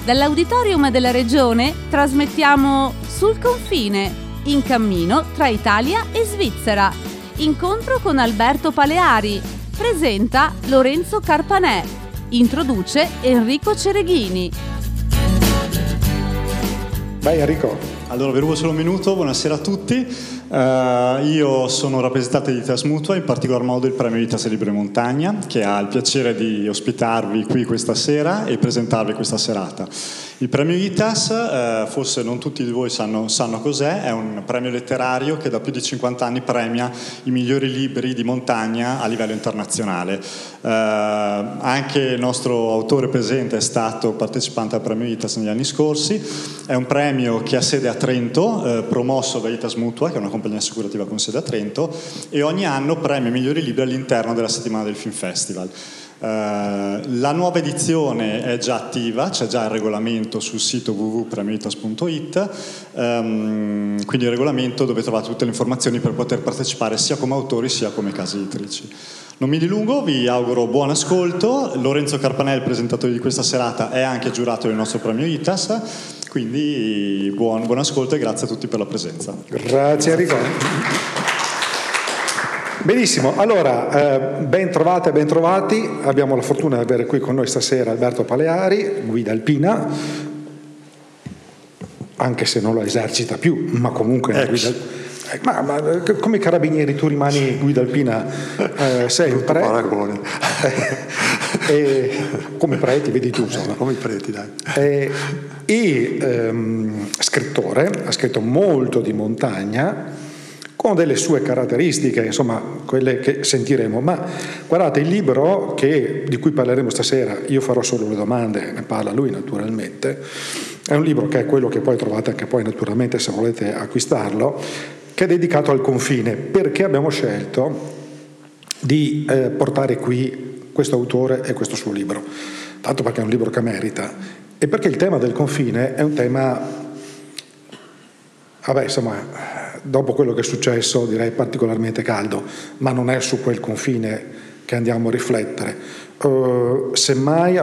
Dall'auditorium della Regione trasmettiamo Sul confine, in cammino tra Italia e Svizzera. Incontro con Alberto Paleari. Presenta Lorenzo Carpanè. Introduce Enrico Cereghini. Vai Enrico. Allora, vi rubo solo un minuto, buonasera a tutti. Io sono rappresentante di ITAS Mutua, in particolar modo il premio ITAS Libro in Montagna, che ha il piacere di ospitarvi qui questa sera e presentarvi questa serata. Il premio ITAS, forse non tutti di voi sanno cos'è, è un premio letterario che da più di 50 anni premia i migliori libri di montagna a livello internazionale. Anche il nostro autore presente è stato partecipante al premio ITAS negli anni scorsi. È un premio che ha sede a Trento, promosso da ITAS Mutua, che è una compagnia assicurativa con sede a Trento, e ogni anno premia i migliori libri all'interno della settimana del Film Festival. La nuova edizione è già attiva, c'è già il regolamento sul sito www.premioitas.it, quindi il regolamento dove trovate tutte le informazioni per poter partecipare sia come autori sia come case editrici. Non mi dilungo, vi auguro buon ascolto. Lorenzo Carpanè, il presentatore di questa serata, è anche giurato del nostro premio ITAS, quindi buon ascolto e grazie a tutti per la presenza. Grazie Enrico. Benissimo, allora ben trovate e ben trovati. Abbiamo la fortuna di avere qui con noi stasera Alberto Paleari, guida alpina, anche se non lo esercita più, ma comunque è guida. Ma come i carabinieri tu rimani guida alpina sempre. Paragone. Come preti, vedi tu insomma. Come i preti, dai. Scrittore, ha scritto molto di montagna, con delle sue caratteristiche, insomma, quelle che sentiremo. Ma guardate, il libro di cui parleremo stasera, io farò solo le domande, ne parla lui naturalmente, è un libro che è quello che poi trovate anche poi naturalmente se volete acquistarlo, che è dedicato al confine, perché abbiamo scelto di portare qui questo autore e questo suo libro, tanto perché è un libro che merita, e perché il tema del confine è un tema, vabbè, insomma, dopo quello che è successo direi particolarmente caldo, ma non è su quel confine che andiamo a riflettere. Semmai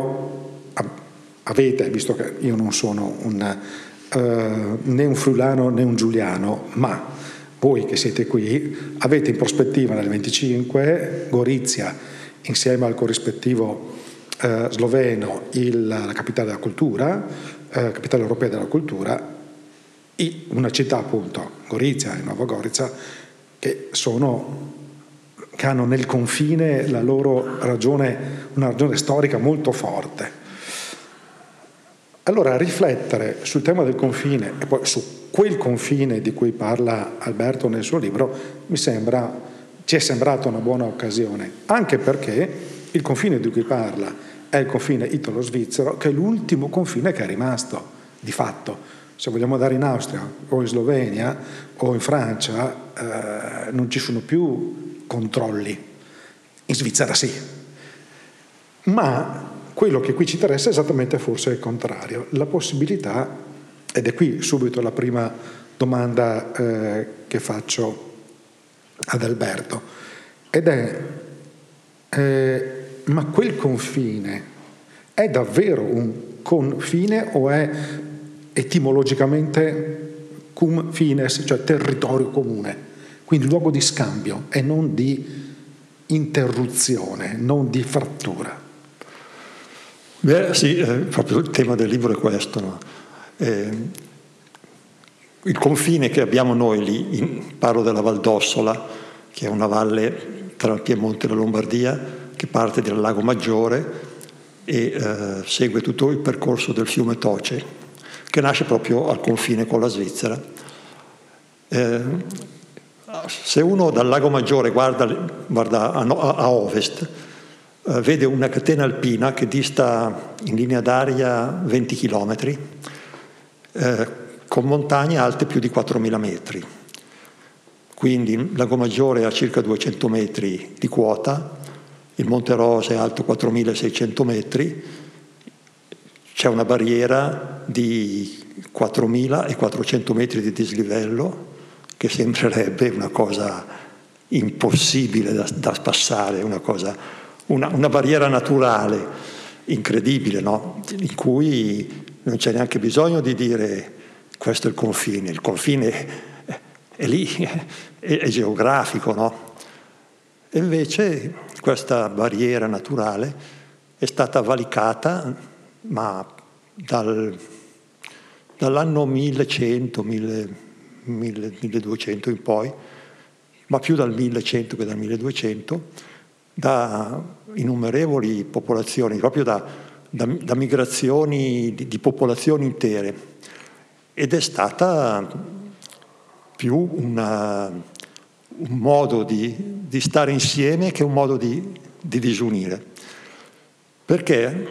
avete, visto che io non sono né un friulano né un giuliano, ma voi che siete qui avete in prospettiva nel 25 Gorizia insieme al corrispettivo sloveno la capitale della cultura, capitale europea della cultura, una città appunto, Gorizia e Nova Gorica, che hanno nel confine la loro una ragione storica molto forte. Allora riflettere sul tema del confine e poi su quel confine di cui parla Alberto nel suo libro ci è sembrata una buona occasione, anche perché il confine di cui parla è il confine italo-svizzero, che è l'ultimo confine che è rimasto di fatto. Se vogliamo andare in Austria o in Slovenia o in Francia non ci sono più controlli, in Svizzera sì, ma quello che qui ci interessa è esattamente forse il contrario, la possibilità, ed è qui subito la prima domanda che faccio ad Alberto, ed è ma quel confine è davvero un confine o è etimologicamente cum fines, cioè territorio comune, quindi luogo di scambio e non di interruzione, non di frattura? Beh, sì, proprio il tema del libro è questo, no? Il confine che abbiamo noi lì, parlo della Val d'Ossola, che è una valle tra il Piemonte e la Lombardia, che parte dal Lago Maggiore e segue tutto il percorso del fiume Toce, che nasce proprio al confine con la Svizzera. Se uno dal Lago Maggiore guarda a ovest, vede una catena alpina che dista in linea d'aria 20 chilometri, con montagne alte più di 4.000 metri. Quindi il Lago Maggiore ha circa 200 metri di quota, il Monte Rosa è alto 4.600 metri, c'è una barriera di 4.400 metri di dislivello, che sembrerebbe una cosa impossibile da spassare, una barriera naturale. incredibile, no? In cui non c'è neanche bisogno di dire questo è il confine è lì, è geografico, no? E invece questa barriera naturale è stata valicata, ma dall'anno 1100, 1200 in poi, ma più dal 1100 che dal 1200, da innumerevoli popolazioni, proprio da migrazioni di popolazioni intere, ed è stata più un modo di stare insieme che un modo di disunire. Perché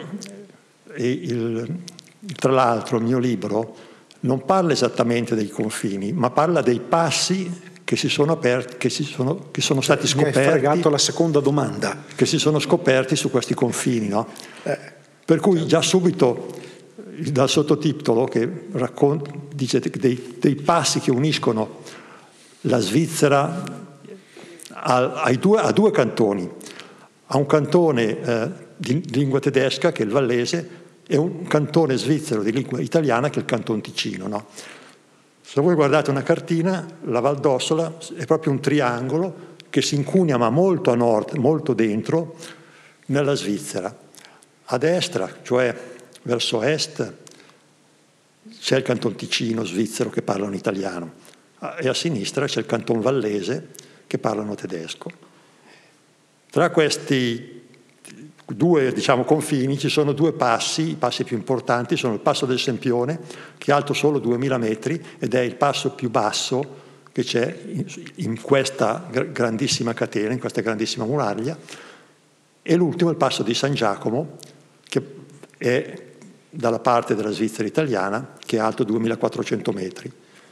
tra l'altro il mio libro non parla esattamente dei confini, ma parla dei passi che si sono aperti, che sono stati scoperti. Mi hai fregato la seconda domanda. Che si sono scoperti su questi confini, no? Per cui già subito dal sottotitolo che dice dei passi che uniscono la Svizzera a due cantoni, a un cantone di lingua tedesca che è il vallese e un cantone svizzero di lingua italiana che è il Canton Ticino, no? Se voi guardate una cartina, la Val d'Ossola è proprio un triangolo che si incunea ma molto a nord, molto dentro, nella Svizzera. A destra, cioè verso est, c'è il Canton Ticino svizzero che parlano italiano e a sinistra c'è il Canton Vallese che parlano tedesco. Tra questi due, diciamo, confini ci sono due passi, i passi più importanti sono il Passo del Sempione, che è alto solo 2000 metri ed è il passo più basso che c'è in questa grandissima catena, in questa grandissima muraglia, e l'ultimo è il Passo di San Giacomo, che è dalla parte della Svizzera italiana, che è alto 2400 metri.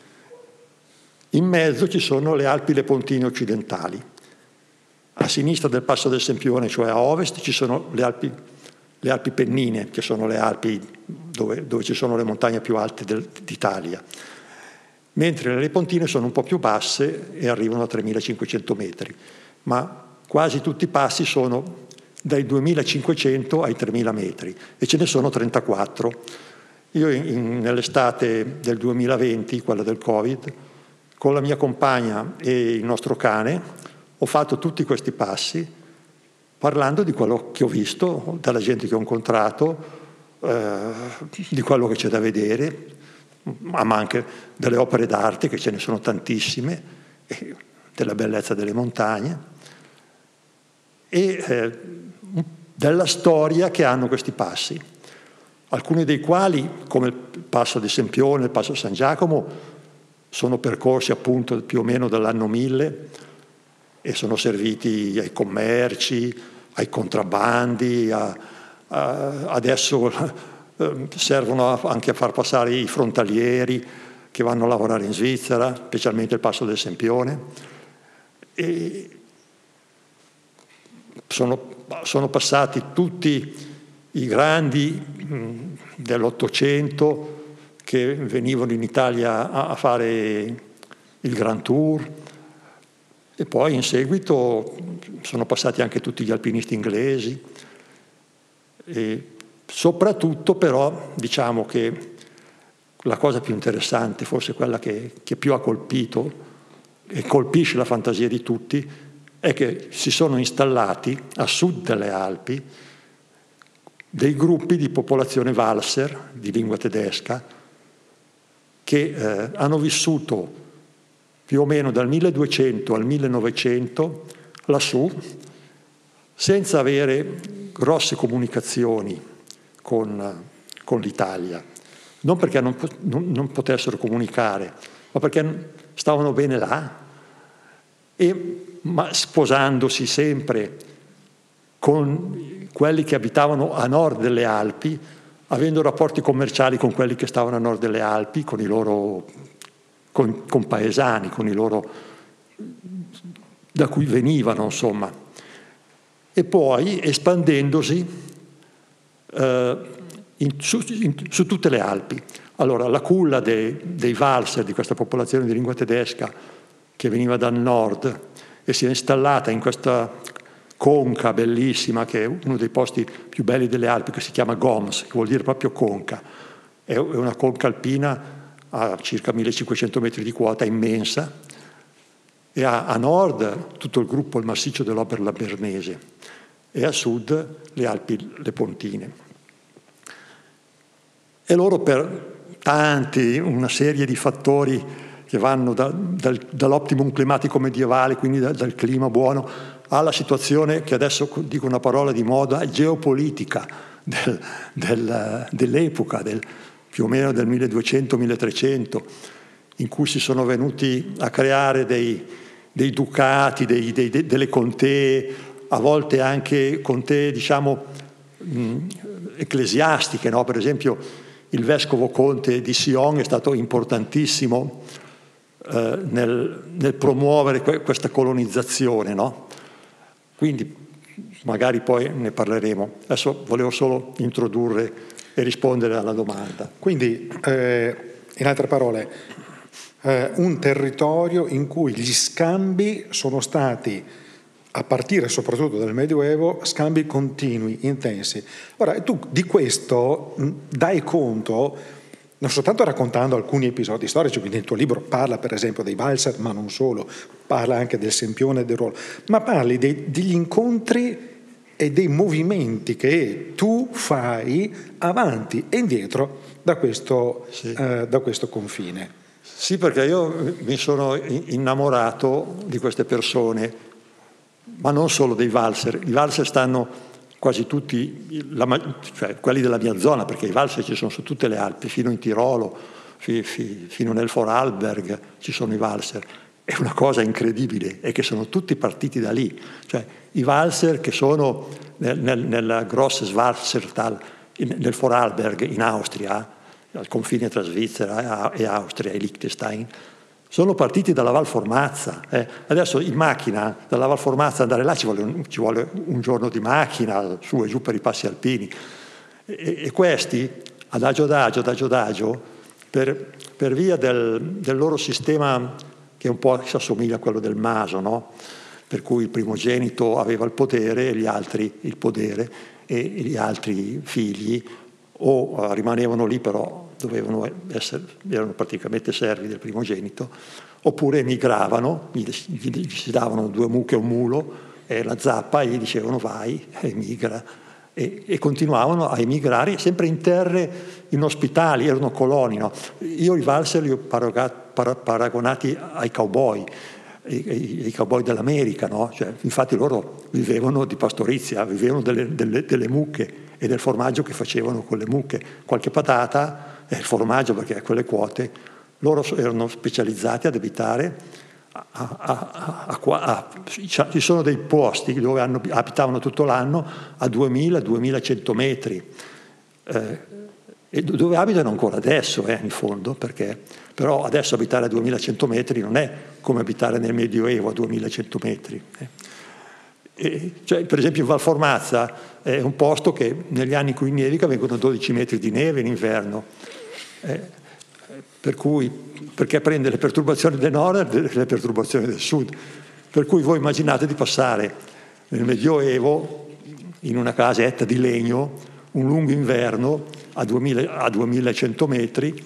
In mezzo ci sono le Alpi Lepontine occidentali. A sinistra del Passo del Sempione, cioè a ovest, ci sono le Alpi Pennine, che sono le Alpi dove ci sono le montagne più alte d'Italia, mentre le Lepontine sono un po' più basse e arrivano a 3500 metri, ma quasi tutti i passi sono dai 2500 ai 3000 metri e ce ne sono 34. Io nell'estate del 2020, quella del Covid, con la mia compagna e il nostro cane, ho fatto tutti questi passi parlando di quello che ho visto, dalla gente che ho incontrato, di quello che c'è da vedere, ma anche delle opere d'arte, che ce ne sono tantissime, della bellezza delle montagne e della storia che hanno questi passi, alcuni dei quali, come il Passo di Sempione, il Passo San Giacomo, sono percorsi appunto più o meno dall'anno 1000 e sono serviti ai commerci, ai contrabbandi, adesso servono anche a far passare i frontalieri che vanno a lavorare in Svizzera, specialmente il Passo del Sempione. E sono passati tutti i grandi dell'Ottocento che venivano in Italia a fare il Grand Tour. E poi in seguito sono passati anche tutti gli alpinisti inglesi. E soprattutto però diciamo che la cosa più interessante, forse quella che più ha colpito e colpisce la fantasia di tutti, è che si sono installati a sud delle Alpi dei gruppi di popolazione Walser, di lingua tedesca, che hanno vissuto più o meno dal 1200 al 1900 lassù, senza avere grosse comunicazioni con l'Italia. Non perché non potessero comunicare, ma perché stavano bene là, ma sposandosi sempre con quelli che abitavano a nord delle Alpi, avendo rapporti commerciali con quelli che stavano a nord delle Alpi, con i loro compaesani, con i loro da cui venivano, insomma, e poi espandendosi su tutte le Alpi. Allora, la culla dei Walser, di questa popolazione di lingua tedesca che veniva dal nord e si è installata in questa conca bellissima, che è uno dei posti più belli delle Alpi, che si chiama Goms, che vuol dire proprio conca. È una conca alpina a circa 1500 metri di quota, immensa, e a nord tutto il gruppo, il massiccio dell'Oberland Bernese, e a sud le Alpi Lepontine. E loro, per una serie di fattori che vanno dall'optimum climatico medievale, quindi dal clima buono, alla situazione che adesso dico una parola di moda, geopolitica dell'epoca, più o meno del 1200-1300, in cui si sono venuti a creare dei ducati, delle contee, a volte anche contee, diciamo, ecclesiastiche, no? Per esempio il vescovo conte di Sion è stato importantissimo nel promuovere questa colonizzazione, no? Quindi magari poi ne parleremo. Adesso volevo solo introdurre e rispondere alla domanda. Quindi, in altre parole, un territorio in cui gli scambi sono stati, a partire soprattutto dal Medioevo, scambi continui, intensi. Ora, tu di questo dai conto non soltanto raccontando alcuni episodi storici, quindi il tuo libro parla per esempio dei valzer, ma non solo, parla anche del Sempione e del ruolo, ma parli degli incontri e dei movimenti che tu fai avanti e indietro da questo confine. Sì, perché io mi sono innamorato di queste persone, ma non solo dei valzer. I valzer stanno quasi tutti, cioè quelli della mia zona, perché i valzer ci sono su tutte le Alpi, fino in Tirolo, fino nel Vorarlberg ci sono i valzer. È una cosa incredibile, è che sono tutti partiti da lì. Cioè i valzer che sono nel Grosses Schwarzertal, nel Vorarlberg in Austria, al confine tra Svizzera e Austria e Liechtenstein, sono partiti dalla Val Formazza. Adesso in macchina dalla Val Formazza andare là ci vuole un giorno di macchina, su e giù per i passi alpini. E questi, adagio adagio, per via del loro sistema che un po' si assomiglia a quello del Maso, no? Per cui il primogenito aveva il potere e gli altri il podere, e gli altri figli o rimanevano lì, però erano praticamente servi del primogenito, oppure emigravano, gli si davano 2 mucche e un mulo e la zappa, e gli dicevano vai, emigra, e continuavano a emigrare sempre in terre inospitali, erano coloni, no? Io i valzer li ho paragonati ai cowboy, i cowboy dell'America, no? Cioè, infatti loro vivevano di pastorizia, vivevano delle mucche e del formaggio che facevano con le mucche, qualche patata e il formaggio, perché a quelle quote loro erano specializzati ad abitare ci sono dei posti dove abitavano tutto l'anno a 2000-2100 metri, e dove abitano ancora adesso, in fondo, perché però adesso abitare a 2100 metri non è come abitare nel Medioevo a 2100 metri. Cioè, per esempio in Val Formazza è un posto che negli anni in cui nevica vengono 12 metri di neve in inverno, perché prende le perturbazioni del nord e le perturbazioni del sud, per cui voi immaginate di passare nel Medioevo in una casetta di legno un lungo inverno a 2100 metri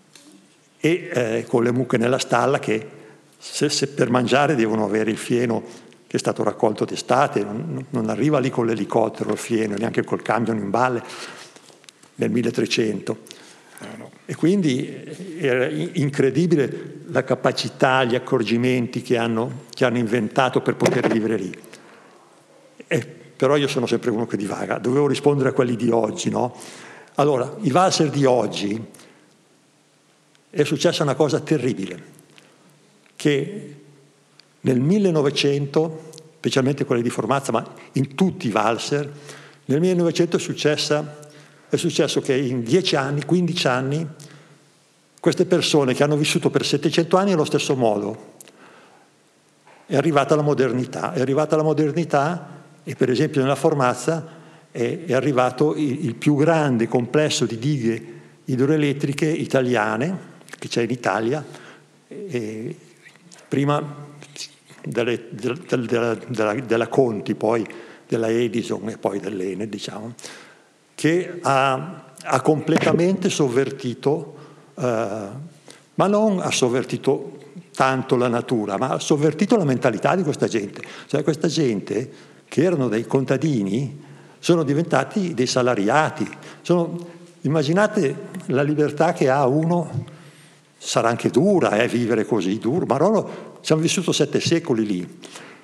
e con le mucche nella stalla che se per mangiare devono avere il fieno che è stato raccolto d'estate, non arriva lì con l'elicottero il fieno, neanche col camion in balle nel 1300. No. E quindi era incredibile la capacità, gli accorgimenti che hanno inventato per poter vivere lì. Però io sono sempre uno che divaga, dovevo rispondere a quelli di oggi, no? Allora, i valzer di oggi è successa una cosa terribile, che nel 1900, specialmente quelli di Formazza, ma in tutti i valzer, nel 1900 è successo che in 10 anni, 15 anni, queste persone che hanno vissuto per 700 anni allo stesso modo, è arrivata la modernità, e per esempio nella Formazza è arrivato il più grande complesso di dighe idroelettriche italiane che c'è in Italia. E prima della Conti, poi della Edison e poi dell'Enel, diciamo, che ha completamente sovvertito, ma non ha sovvertito tanto la natura, ma ha sovvertito la mentalità di questa gente. Cioè questa gente, che erano dei contadini, sono diventati dei salariati. Immaginate la libertà che ha uno, sarà anche dura vivere così, duro, ma loro ci hanno vissuto 7 secoli lì.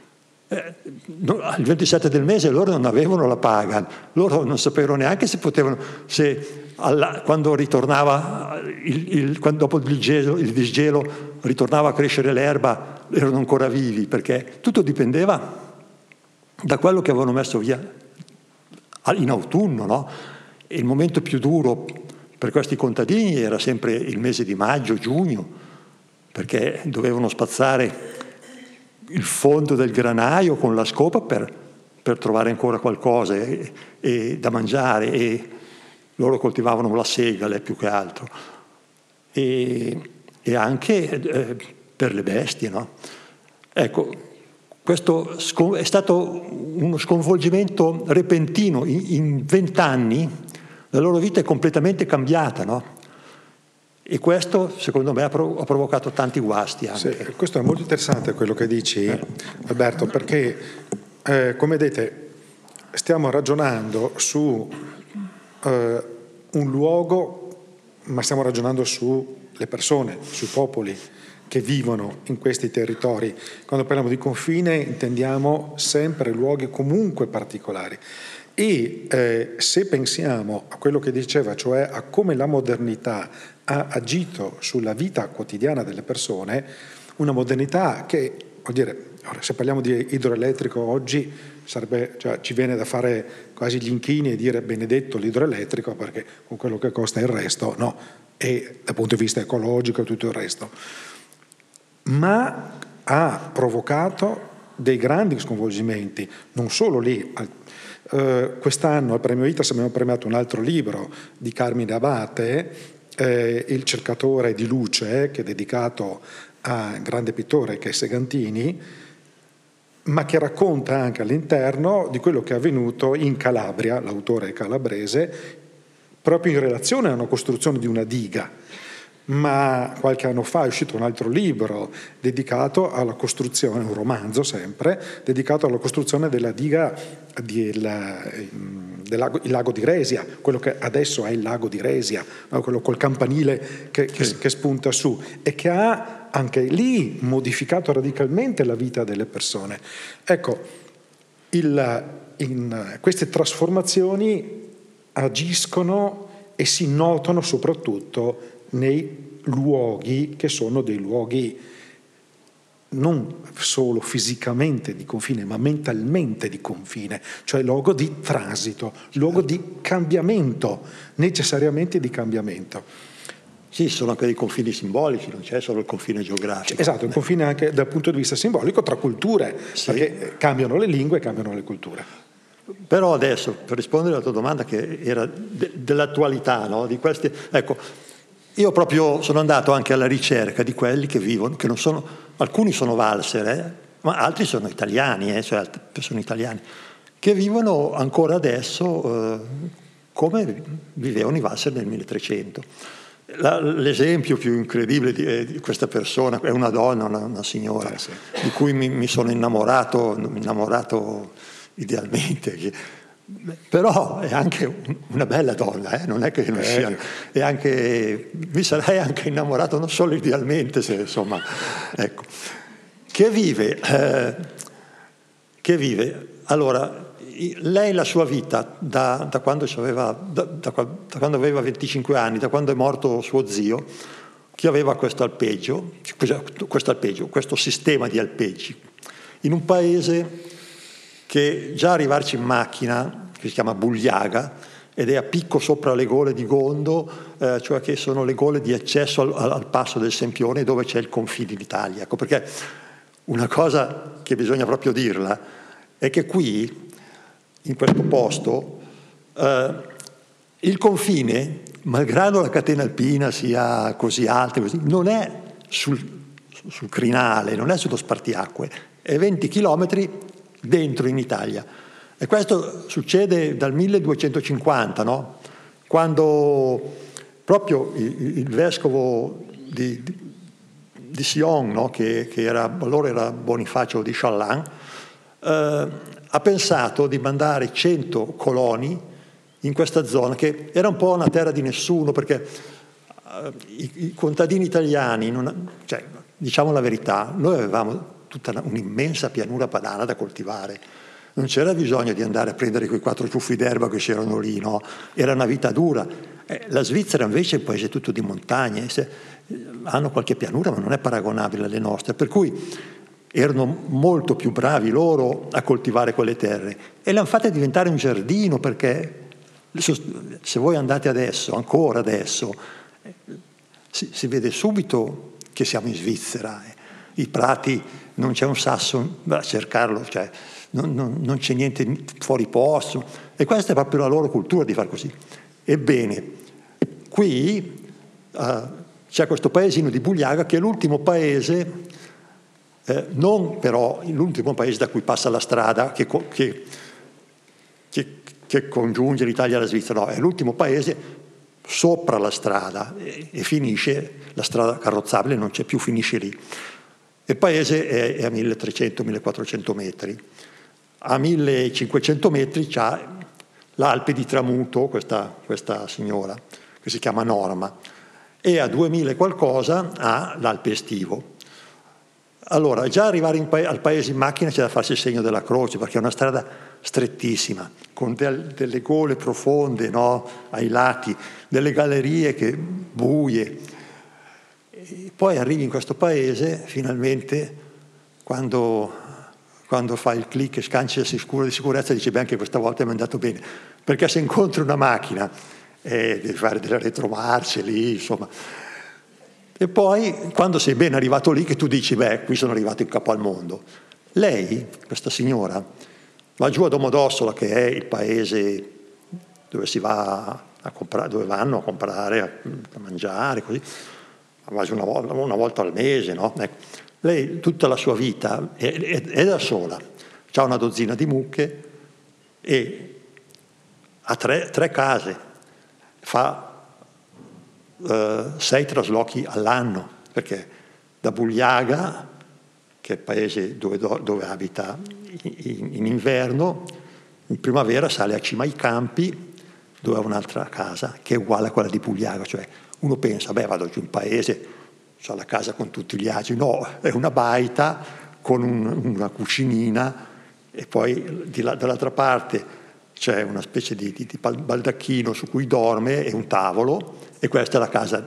Il 27 del mese loro non avevano la paga, loro non sapevano neanche se potevano, quando ritornava dopo il disgelo ritornava a crescere l'erba, erano ancora vivi, perché tutto dipendeva da quello che avevano messo via in autunno, no? E il momento più duro per questi contadini era sempre il mese di maggio, giugno, perché dovevano spazzare il fondo del granaio con la scopa per trovare ancora qualcosa e da mangiare, e loro coltivavano la segale più che altro, e anche per le bestie, no? Ecco, questo è stato uno sconvolgimento repentino. In 20 anni la loro vita è completamente cambiata, no? E questo, secondo me, ha provocato tanti guasti anche. Sì, questo è molto interessante quello che dici, Alberto, perché, come vedete, stiamo ragionando su un luogo, ma stiamo ragionando sulle persone, sui popoli che vivono in questi territori. Quando parliamo di confine intendiamo sempre luoghi comunque particolari. E se pensiamo a quello che diceva, cioè a come la modernità ha agito sulla vita quotidiana delle persone, una modernità che, vuol dire, se parliamo di idroelettrico oggi ci viene da fare quasi gli inchini e dire benedetto l'idroelettrico, perché con quello che costa il resto, no, e dal punto di vista ecologico e tutto il resto, ma ha provocato dei grandi sconvolgimenti, non solo lì. Quest'anno al Premio ITAS abbiamo premiato un altro libro di Carmine Abate, Il cercatore di luce, che è dedicato a un grande pittore che è Segantini, ma che racconta anche all'interno di quello che è avvenuto in Calabria, l'autore è calabrese, proprio in relazione a una costruzione di una diga. Ma qualche anno fa è uscito un altro libro dedicato alla costruzione, un romanzo sempre, dedicato alla costruzione della diga il lago di Resia, quello che adesso è il lago di Resia, no? Quello col campanile che spunta su, e che ha anche lì modificato radicalmente la vita delle persone. Ecco, queste trasformazioni agiscono e si notano soprattutto nei luoghi che sono dei luoghi non solo fisicamente di confine, ma mentalmente di confine, cioè luogo di transito, luogo di cambiamento, necessariamente di cambiamento. Sì, sono anche dei confini simbolici, non c'è solo il confine geografico. Esatto, il confine anche dal punto di vista simbolico tra culture, sì, perché cambiano le lingue, cambiano le culture. Però adesso, per rispondere alla tua domanda che era dell'attualità, no? Di questi, ecco, io proprio sono andato anche alla ricerca di quelli che vivono, che non sono, alcuni sono valser, ma altri sono italiani, cioè persone italiane, che vivono ancora adesso come vivevano i valser nel 1300. L'esempio più incredibile di questa persona è una donna, una signora, sì, di cui mi sono innamorato idealmente. Però è anche una bella donna, non è che non sia, e anche mi sarei anche innamorato non solo idealmente, se insomma, ecco, che vive allora lei la sua vita da quando quando aveva 25 anni, da quando è morto suo zio, che aveva questo sistema di alpeggi in un paese che già arrivarci in macchina, che si chiama Bugliaga, ed è a picco sopra le gole di Gondo, cioè che sono le gole di accesso al passo del Sempione, dove c'è il confine d'Italia. Ecco, perché una cosa che bisogna proprio dirla è che qui, in questo posto, il confine, malgrado la catena alpina sia così alta, non è sul crinale, non è sullo spartiacque, e 20 chilometri dentro in Italia. E questo succede dal 1250, no? Quando proprio il vescovo di Sion, no? che allora era Bonifacio di Challant, ha pensato di mandare 100 coloni in questa zona, che era un po' una terra di nessuno, perché i contadini italiani, cioè, diciamo la verità, noi avevamo tutta un'immensa pianura padana da coltivare, non c'era bisogno di andare a prendere quei 4 ciuffi d'erba che c'erano lì, no? Era una vita dura. La Svizzera invece è un paese tutto di montagne, hanno qualche pianura ma non è paragonabile alle nostre, per cui erano molto più bravi loro a coltivare quelle terre e le hanno fatte diventare un giardino, perché se voi andate ancora adesso, si vede subito che siamo in Svizzera. I prati, non c'è un sasso a cercarlo, cioè non c'è niente fuori posto, e questa è proprio la loro cultura di far così. Ebbene, qui c'è questo paesino di Bugliaga che è l'ultimo paese, non però l'ultimo paese da cui passa la strada che congiunge l'Italia alla Svizzera, no, è l'ultimo paese sopra la strada e finisce, la strada carrozzabile non c'è più, finisce lì. Il paese è a 1300-1400 metri. A 1500 metri c'ha l'Alpe di Tramuto, questa signora, che si chiama Norma, e a 2000 e qualcosa ha l'Alpe Estivo. Allora, già arrivare al paese in macchina c'è da farsi il segno della croce, perché è una strada strettissima, con delle gole profonde, no? Ai lati, delle gallerie buie. E poi arrivi in questo paese, finalmente, quando fai il click e scanci il sicuro di sicurezza, dici, beh, anche questa volta mi è andato bene, perché se incontri una macchina devi fare delle retromarce lì, insomma. E poi, quando sei ben arrivato lì, che tu dici, beh, qui sono arrivato in capo al mondo. Lei, questa signora, va giù a Domodossola, che è il paese dove si va a comprare, dove vanno a comprare, a mangiare, così. Va giù una volta al mese, no? Ecco. Lei, tutta la sua vita, è da sola. Ha una dozzina di mucche e ha tre case. Fa 6 traslochi all'anno, perché da Bugliaga, che è il paese dove abita in inverno, in primavera sale a Cima ai Campi, dove ha un'altra casa che è uguale a quella di Bugliaga. Cioè uno pensa, beh, vado giù in paese, c'ho la casa con tutti gli agi. No, è una baita con una cucinina, e poi dall'altra parte c'è una specie di baldacchino su cui dorme e un tavolo, e questa è la casa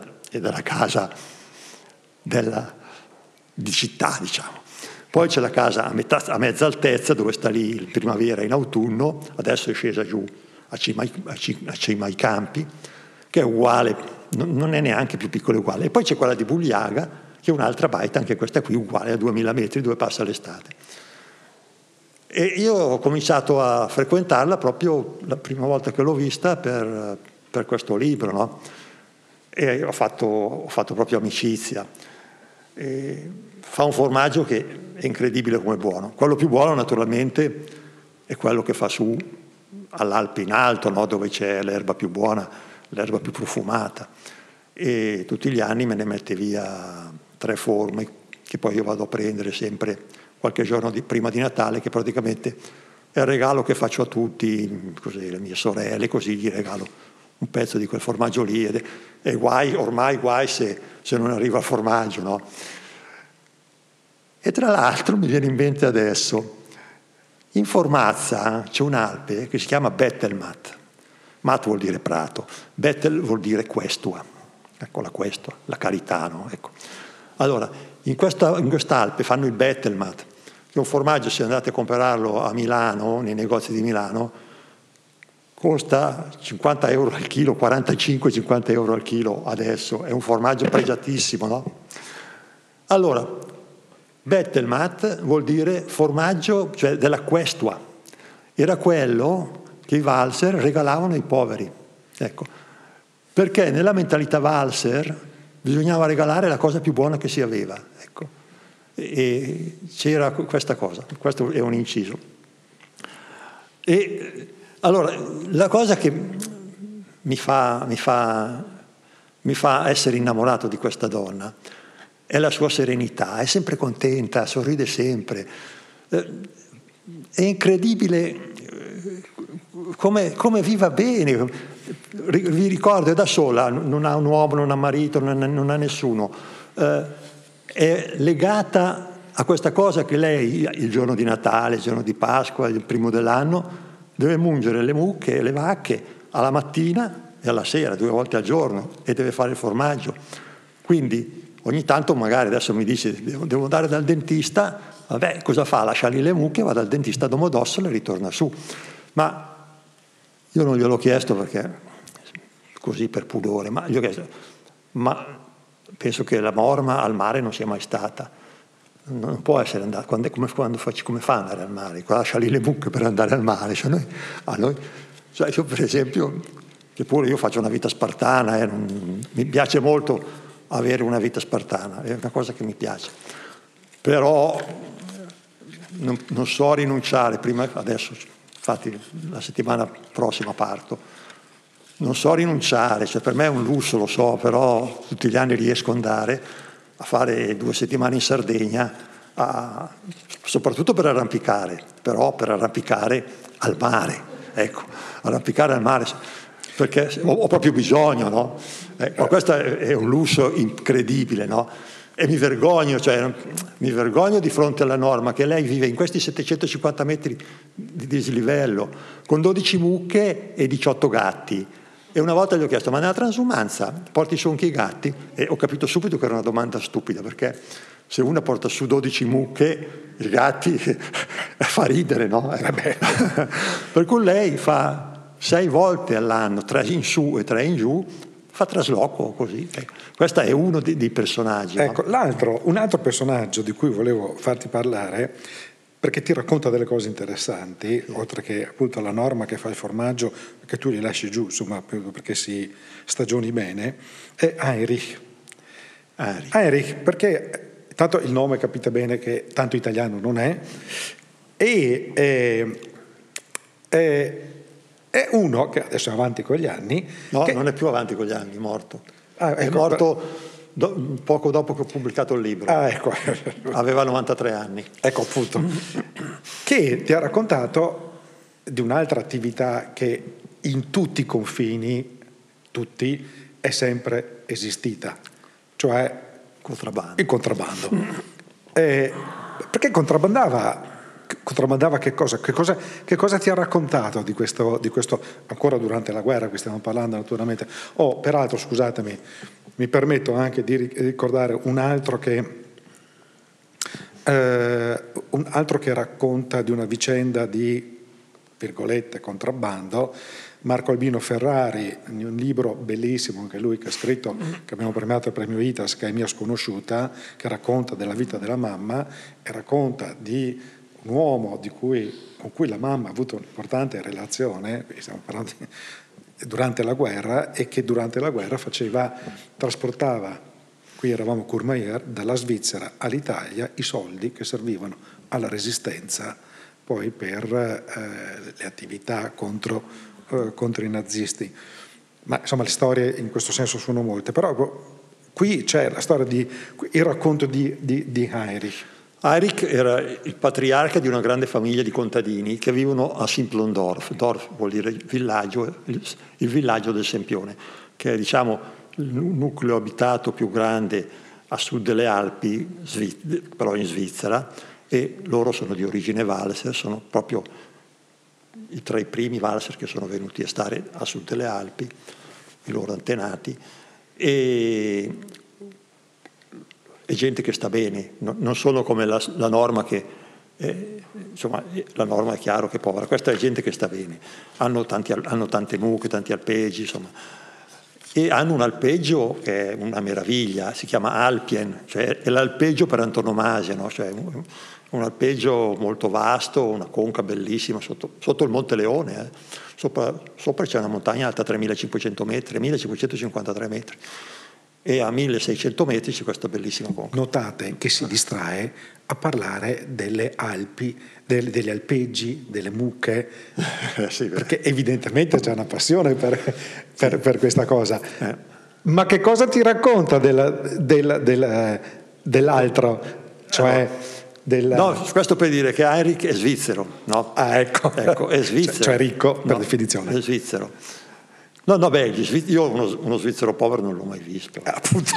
di città, diciamo. Poi c'è la casa a mezza altezza, dove sta lì in primavera e in autunno, adesso è scesa giù a Cima ai Campi, che è uguale, non è neanche più piccola, è uguale. E poi c'è quella di Bugliaga, che è un'altra baita, anche questa qui uguale, a 2000 metri, dove passa l'estate. E io ho cominciato a frequentarla proprio la prima volta che l'ho vista per questo libro, no? E ho fatto proprio amicizia. E fa un formaggio che è incredibile come buono. Quello più buono naturalmente è quello che fa su all'Alpe in alto, no? Dove c'è l'erba più buona, l'erba più profumata. E tutti gli anni me ne mette via 3 forme, che poi io vado a prendere sempre qualche giorno prima di Natale, che praticamente è il regalo che faccio a tutti, così, le mie sorelle, così gli regalo un pezzo di quel formaggio lì, e ormai guai se non arriva il formaggio, no? E tra l'altro mi viene in mente adesso, in Formazza c'è un'Alpe che si chiama Bettelmatt. Mat vuol dire prato, Bettel vuol dire questua, ecco la questua, la carità, no? Ecco. Allora, in quest'Alpe fanno il Bettelmatt, che è un formaggio, se andate a comprarlo a Milano, nei negozi di Milano, costa 50 euro al chilo, 45-50 euro al chilo adesso, è un formaggio pregiatissimo, no? Allora, Bettelmatt vuol dire formaggio, cioè della questua, era quello che i valser regalavano ai poveri, ecco, perché nella mentalità valser bisognava regalare la cosa più buona che si aveva, ecco. e c'era questa cosa, questo è un inciso. E allora la cosa che mi fa essere innamorato di questa donna è la sua serenità, è sempre contenta, sorride sempre, è incredibile come viva bene. Vi ricordo, è da sola, non ha un uomo, non ha marito, non ha nessuno, è legata a questa cosa che lei il giorno di Natale, il giorno di Pasqua, il primo dell'anno deve mungere le mucche e le vacche alla mattina e alla sera, 2 volte al giorno, e deve fare il formaggio. Quindi ogni tanto magari adesso mi dice devo andare dal dentista, vabbè, cosa fa? Lascia lì le mucche, va dal dentista a Domodossola e ritorna su. Ma io non gliel'ho chiesto perché così per pudore, ma gli ho chiesto, ma penso che la morma al mare non sia mai stata. Non può essere andata, come fa ad andare al mare? Lascia lì le mucche per andare al mare. Cioè io per esempio, che pure io faccio una vita spartana, mi piace molto avere una vita spartana, è una cosa che mi piace. Però non so rinunciare, adesso, infatti la settimana prossima parto, non so rinunciare, cioè per me è un lusso, lo so, però tutti gli anni riesco ad andare a fare 2 settimane in Sardegna, soprattutto per arrampicare, però per arrampicare al mare, ecco, arrampicare al mare, perché ho proprio bisogno, no? Ma questo è un lusso incredibile, no? E mi vergogno di fronte alla norma che lei vive in questi 750 metri di dislivello, con 12 mucche e 18 gatti. E una volta gli ho chiesto, ma nella transumanza porti su anche i gatti? E ho capito subito che era una domanda stupida, perché se una porta su 12 mucche, i gatti, fa ridere, no? Per cui lei fa 6 volte all'anno, 3 in su e 3 in giù, fa trasloco così. Questo è uno dei personaggi. Ecco, no? Un altro personaggio di cui volevo farti parlare, perché ti racconta delle cose interessanti, oltre che appunto la norma che fa il formaggio, che tu li lasci giù, insomma, perché si stagioni bene, è Heinrich. Heinrich, perché tanto il nome capite bene che tanto italiano non è, e è uno che adesso è avanti con gli anni. No, non è più avanti con gli anni, è morto. Ecco, è morto poco dopo che ho pubblicato il libro. Ecco. Aveva 93 anni. Ecco appunto. Che ti ha raccontato di un'altra attività che in tutti i confini, tutti, è sempre esistita, cioè il contrabbando. Perché contrabbandava che cosa? Che cosa ti ha raccontato di questo ancora durante la guerra, qui stiamo parlando naturalmente. Peraltro, scusatemi, mi permetto anche di ricordare un altro che racconta di una vicenda di, virgolette, contrabbando, Marco Albino Ferrari, in un libro bellissimo anche lui che ha scritto, che abbiamo premiato il premio ITAS, che è Mia sconosciuta, che racconta della vita della mamma e racconta di un uomo con cui la mamma ha avuto un'importante relazione, stiamo parlando durante la guerra, e che durante la guerra trasportava, qui eravamo a Courmayeur, dalla Svizzera all'Italia i soldi che servivano alla resistenza poi per le attività contro i nazisti. Ma insomma le storie in questo senso sono molte, però qui c'è la storia il racconto di Heinrich. Heinrich era il patriarca di una grande famiglia di contadini che vivono a Simplondorf. Dorf vuol dire villaggio, il villaggio del Sempione, che è, diciamo, il nucleo abitato più grande a sud delle Alpi, però in Svizzera, e loro sono di origine Walser, sono proprio tra i primi Walser che sono venuti a stare a sud delle Alpi, i loro antenati, e gente che sta bene, non sono come la norma che, insomma, la norma è chiaro che è povera, questa è gente che sta bene, hanno tante mucche, tanti alpeggi, insomma, e hanno un alpeggio che è una meraviglia, si chiama Alpien, cioè è l'alpeggio per antonomasia, no? Cioè un alpeggio molto vasto, una conca bellissima sotto il Monte Leone, Sopra c'è una montagna alta 3.500 metri, 1.553 metri. e a 1600 metri c'è questa bellissima conca. Notate che si distrae a parlare delle Alpi, degli alpeggi, delle mucche, Sì, perché evidentemente c'è una passione per questa cosa. Ma che cosa ti racconta dell'altro? Cioè No, questo per dire che Heinrich è svizzero, no? Ah, ecco, è svizzero. Cioè ricco per definizione. È svizzero. No, beh, io uno svizzero povero non l'ho mai visto. Appunto.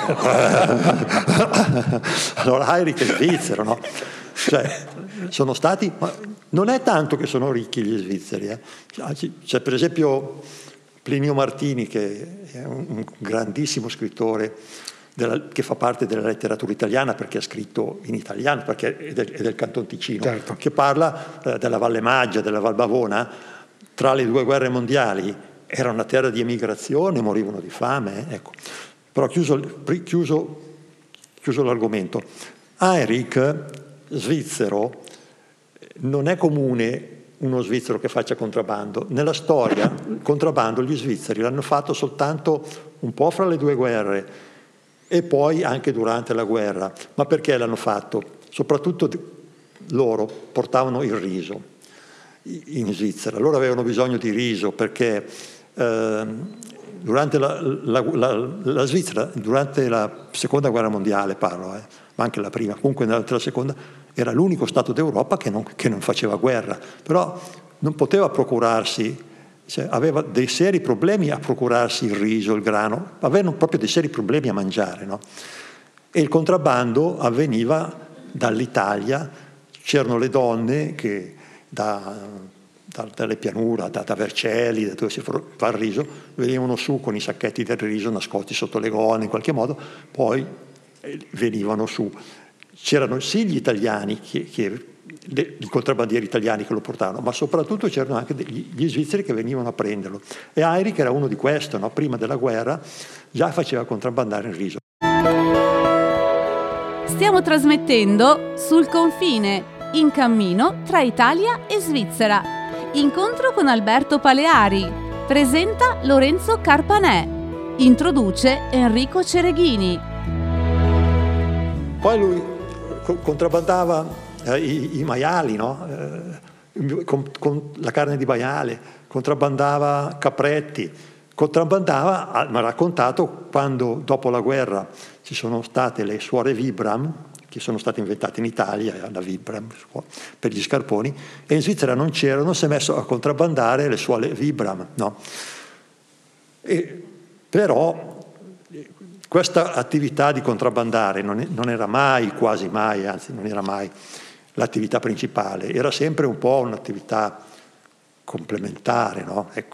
Allora Heinrich è svizzero, no? Cioè, sono stati, ma non è tanto che sono ricchi gli svizzeri. C'è per esempio Plinio Martini, che è un grandissimo scrittore che fa parte della letteratura italiana, perché ha scritto in italiano, perché è del Canton Ticino, certo, che parla della Valle Maggia, della Val Bavona. Tra le 2 guerre mondiali era una terra di emigrazione, morivano di fame, ecco. Però chiuso l'argomento. Heinrich, svizzero, non è comune uno svizzero che faccia contrabbando. Nella storia il contrabbando gli svizzeri l'hanno fatto soltanto un po' fra le 2 guerre e poi anche durante la guerra. Ma perché l'hanno fatto? Soprattutto loro portavano il riso in Svizzera. Loro avevano bisogno di riso perché durante la Svizzera, durante la seconda guerra mondiale parlo, ma anche la prima, comunque nella seconda, era l'unico Stato d'Europa che non faceva guerra, però non poteva procurarsi, cioè aveva dei seri problemi a procurarsi il riso, il grano, avevano proprio dei seri problemi a mangiare, no? E il contrabbando avveniva dall'Italia, c'erano le donne che dalle pianure, da Vercelli, da dove si fa il riso, venivano su con i sacchetti del riso nascosti sotto le gonne in qualche modo, poi venivano su. C'erano sì gli italiani, i contrabbandieri italiani che lo portavano, ma soprattutto c'erano anche gli svizzeri che venivano a prenderlo. E Heinrich era uno di questi, no? Prima della guerra già faceva contrabbandare il riso. Stiamo trasmettendo Sul confine, in cammino tra Italia e Svizzera. Incontro con Alberto Paleari. Presenta Lorenzo Carpanè. Introduce Enrico Cereghini. Poi lui contrabbandava i maiali, no? Con la carne di maiale, contrabbandava capretti, contrabbandava, mi ha raccontato, quando dopo la guerra ci sono state le suore Vibram, che sono state inventate in Italia, la Vibram per gli scarponi, e in Svizzera non c'erano, si è messo a contrabbandare le suore Vibram, no? Però questa attività di contrabbandare non era mai, quasi mai, anzi non era mai l'attività principale, era sempre un po' un'attività complementare, no? Ecco.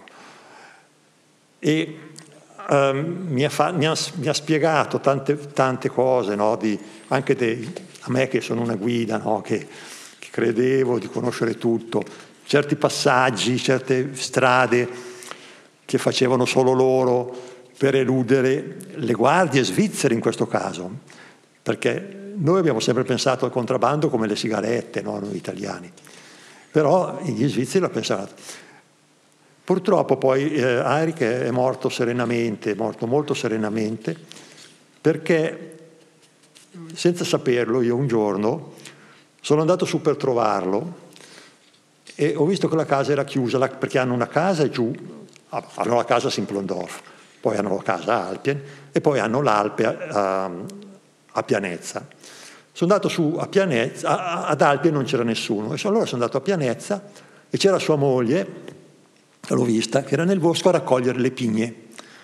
E mi ha spiegato tante cose, no? Anche a me che sono una guida, no? Che credevo di conoscere tutto, certi passaggi, certe strade che facevano solo loro per eludere le guardie svizzere in questo caso, perché noi abbiamo sempre pensato al contrabbando come le sigarette, no? Noi italiani, però gli svizzeri lo pensavano. Purtroppo poi Heinrich è morto serenamente, è morto molto serenamente, perché senza saperlo io un giorno sono andato su per trovarlo e ho visto che la casa era chiusa, perché hanno una casa giù, hanno la casa a Simplondorf, poi hanno la casa a Alpien e poi hanno l'Alpe a Pianezza. Sono andato su a Pianezza, ad Alpien non c'era nessuno, e allora sono andato a Pianezza e c'era sua moglie, l'ho vista, che era nel bosco a raccogliere le pigne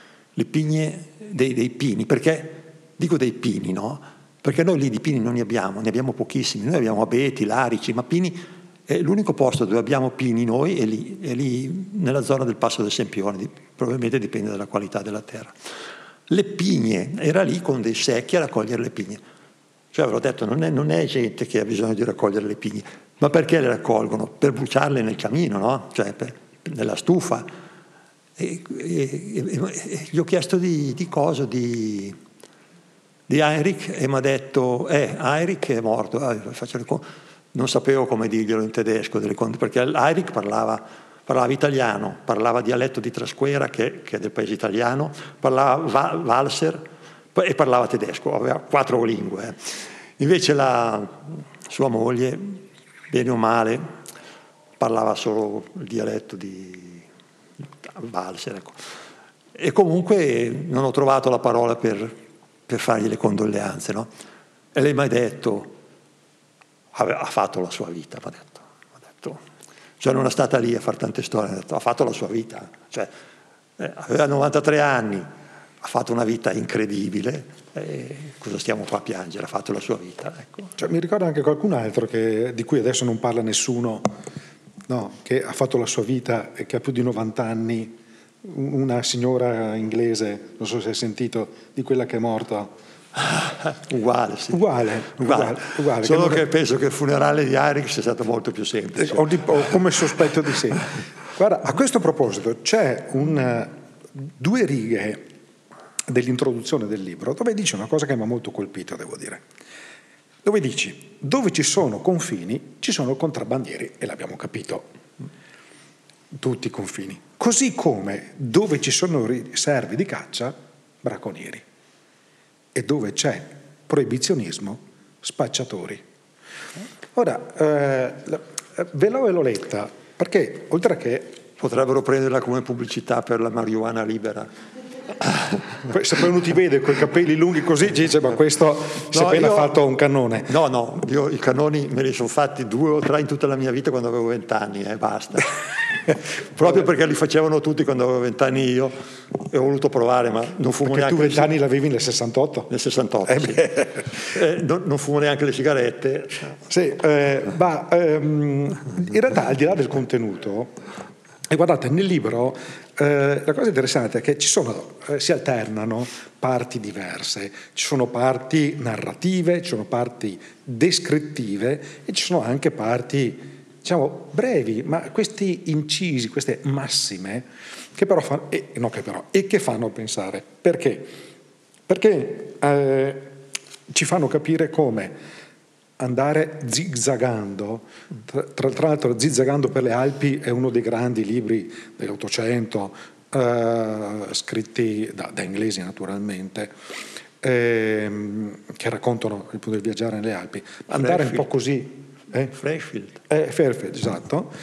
dei pini, perché dico dei pini, no? Perché noi lì di pini non ne abbiamo pochissimi, noi abbiamo abeti, larici, ma pini è l'unico posto dove abbiamo pini noi è lì nella zona del Passo del Sempione, probabilmente dipende dalla qualità della terra. Le pigne, era lì con dei secchi a raccogliere le pigne. Cioè avrò detto, non è gente che ha bisogno di raccogliere le pigne, ma perché le raccolgono? Per bruciarle nel camino, no? Cioè nella stufa. E gli ho chiesto di cosa, di Heinrich, e mi ha detto, Heinrich è morto. Non sapevo come dirglielo in tedesco, perché Heinrich parlava italiano, parlava dialetto di Trasquera, che è del paese italiano, parlava valser, e parlava tedesco, aveva 4 lingue. Invece la sua moglie, bene o male, parlava solo il dialetto di Walser, ecco. E comunque non ho trovato la parola per fargli le condoglianze, no? E lei mi ha detto, ha fatto la sua vita, mi ha detto. Cioè non è stata lì a fare tante storie, ha detto, ha fatto la sua vita, cioè, aveva 93 anni, ha fatto una vita incredibile, cosa stiamo qua a piangere, ha fatto la sua vita, ecco. Cioè, mi ricorda anche qualcun altro di cui adesso non parla nessuno, no, che ha fatto la sua vita e che ha più di 90 anni, una signora inglese, non so se hai sentito, di quella che è morta. Uguale, sì. Uguale. Solo che penso che il funerale di Heinrich sia stato molto più semplice. Ho come sospetto di sì. Guarda, a questo proposito c'è 2 righe dell'introduzione del libro dove dice una cosa che mi ha molto colpito, devo dire. Dove dici, dove ci sono confini ci sono contrabbandieri, e l'abbiamo capito, tutti i confini. Così come dove ci sono riserve di caccia, bracconieri. E dove c'è proibizionismo, spacciatori. Ora, ve l'ho letta, perché oltre che... Potrebbero prenderla come pubblicità per la marijuana libera. Se poi uno ti vede con i capelli lunghi così, dice, ma questo si è appena fatto un cannone. No, io i cannoni me li sono fatti 2 o 3 in tutta la mia vita quando avevo 20 anni, basta. Proprio perché li facevano tutti quando avevo 20 anni io, e ho voluto provare, ma non fumo perché neanche... tu 20 anni l'avevi nel 68? Nel 68, sì. Non fumo neanche le sigarette. Sì, ma in realtà, al di là del contenuto, e guardate, nel libro la cosa interessante è che si alternano parti diverse, ci sono parti narrative, ci sono parti descrittive e ci sono anche parti, diciamo, brevi, ma questi incisi, queste massime, che però che fanno pensare. Perché? Perché ci fanno capire come andare zigzagando, tra l'altro Zigzagando per le Alpi è uno dei grandi libri dell'Ottocento, scritti da inglesi naturalmente, che raccontano il punto del viaggiare nelle Alpi. Andare un po' così... Fairfield, esatto,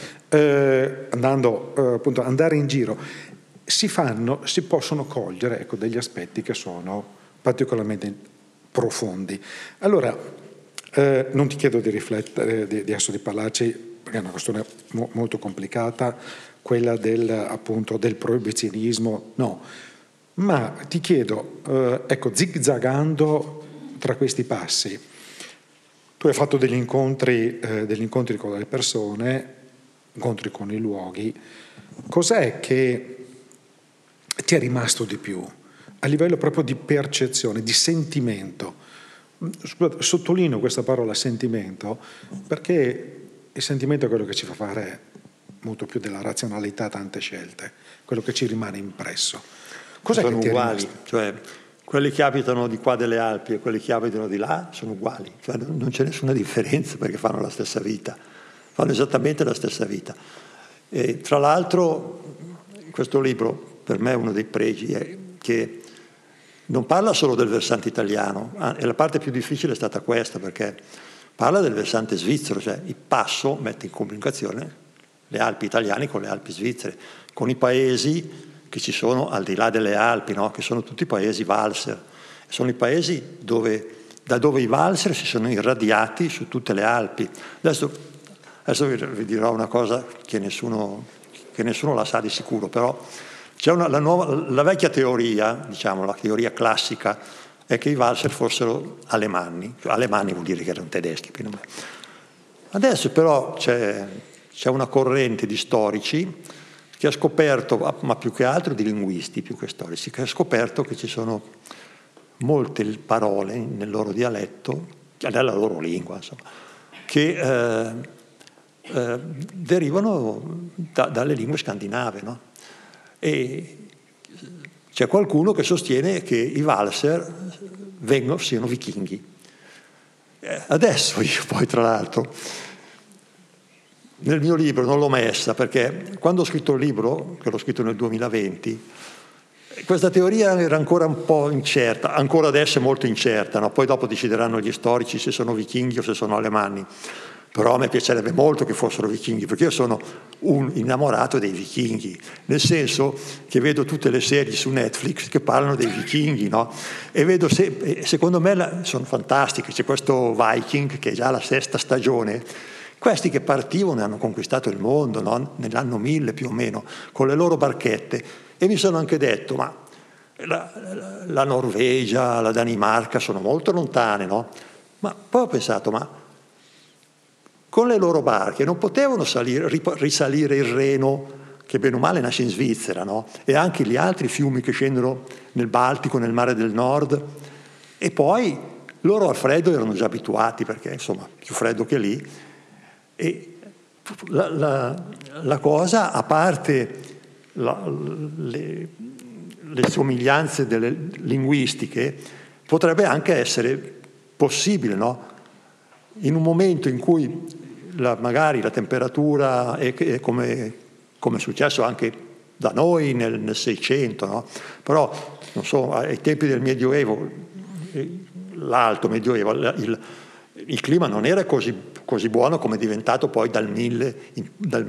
andare in giro, si possono cogliere, ecco, degli aspetti che sono particolarmente profondi. Allora, non ti chiedo di riflettere, di adesso di parlarci, perché è una questione molto complicata, quella appunto del proibizionismo, no, ma ti chiedo, ecco, zigzagando tra questi passi, tu hai fatto degli incontri con le persone, incontri con i luoghi, cos'è che ti è rimasto di più a livello proprio di percezione, di sentimento? Scusate, sottolineo questa parola sentimento perché il sentimento è quello che ci fa fare molto più della razionalità tante scelte, quello che ci rimane impresso. Cos'è sono che ti uguali, cioè quelli che abitano di qua delle Alpi e quelli che abitano di là sono uguali, cioè non c'è nessuna differenza perché fanno la stessa vita, fanno esattamente la stessa vita. E tra l'altro questo libro per me è uno dei pregi, è che non parla solo del versante italiano, e la parte più difficile è stata questa, perché parla del versante svizzero, cioè il passo mette in comunicazione le Alpi italiane con le Alpi svizzere, con i paesi che ci sono al di là delle Alpi, no? Che sono tutti paesi Walser, sono i paesi da dove i Walser si sono irradiati su tutte le Alpi. Adesso vi dirò una cosa che nessuno la sa di sicuro, però c'è la vecchia teoria, diciamo la teoria classica, è che i Walser fossero alemanni, alemanni vuol dire che erano tedeschi. Adesso però c'è una corrente di storici che ha scoperto, ma più che altro di linguisti, più che storici, che ha scoperto che ci sono molte parole nel loro dialetto, nella loro lingua, insomma, che derivano dalle lingue scandinave, no? E c'è qualcuno che sostiene che i Walser siano vichinghi. Adesso io poi, tra l'altro, nel mio libro non l'ho messa perché quando ho scritto il libro, che l'ho scritto nel 2020, questa teoria era ancora un po' incerta, ancora adesso è molto incerta, no? Poi dopo decideranno gli storici se sono vichinghi o se sono alemanni. Però a me piacerebbe molto che fossero vichinghi, perché io sono un innamorato dei vichinghi, nel senso che vedo tutte le serie su Netflix che parlano dei vichinghi, no? E vedo, secondo me sono fantastiche. C'è questo Viking che è già la 6ª stagione, questi che partivano e hanno conquistato il mondo, no? Nell'anno 1000 più o meno, con le loro barchette, e mi sono anche detto, ma la Norvegia, la Danimarca sono molto lontane, no? Ma poi ho pensato, ma con le loro barche non potevano risalire il Reno, che bene o male nasce in Svizzera, no? E anche gli altri fiumi che scendono nel Baltico, nel Mare del Nord. E poi loro al freddo erano già abituati, perché insomma più freddo che lì. E la cosa, a parte le somiglianze linguistiche, potrebbe anche essere possibile, no? In un momento in cui magari la temperatura è come è successo anche da noi nel 600, no? Però non so, ai tempi del Medioevo, l'alto Medioevo, il clima non era così buono come è diventato poi dal 1000 al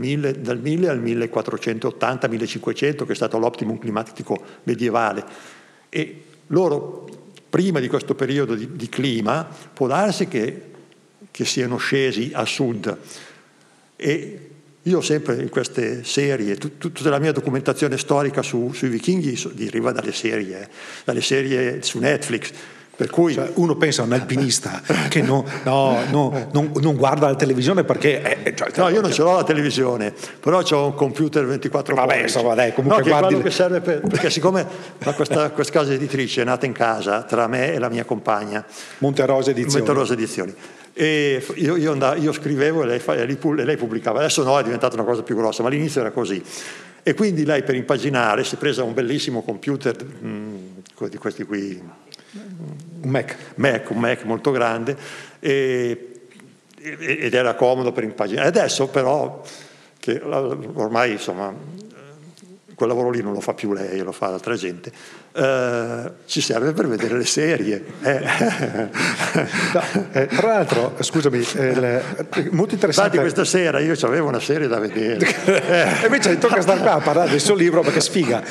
1480-1500, che è stato l'optimum climatico medievale. E loro, prima di questo periodo di clima, può darsi che siano scesi a sud. E io sempre in queste serie, tutta la mia documentazione storica sui vichinghi deriva dalle serie su Netflix. Per cui uno pensa a un alpinista che non guarda la televisione perché no, io non ce l'ho la televisione, però ho un computer 24 ore. Vabbè, insomma, dai, comunque no, che guardi... che serve perché siccome questa casa editrice è nata in casa tra me e la mia compagna, Monterosa Edizioni. E io scrivevo e lei pubblicava. Adesso no, è diventata una cosa più grossa, ma all'inizio era così. E quindi lei, per impaginare, si è presa un bellissimo computer di questi qui, un Mac molto grande, ed era comodo per impaginare. Adesso però, che ormai insomma quel lavoro lì non lo fa più lei, lo fa altra gente, ci serve per vedere le serie. No, tra l'altro, scusami, molto interessante. Infatti questa sera io avevo una serie da vedere. E invece tocca stare qua a parlare del suo libro perché sfiga.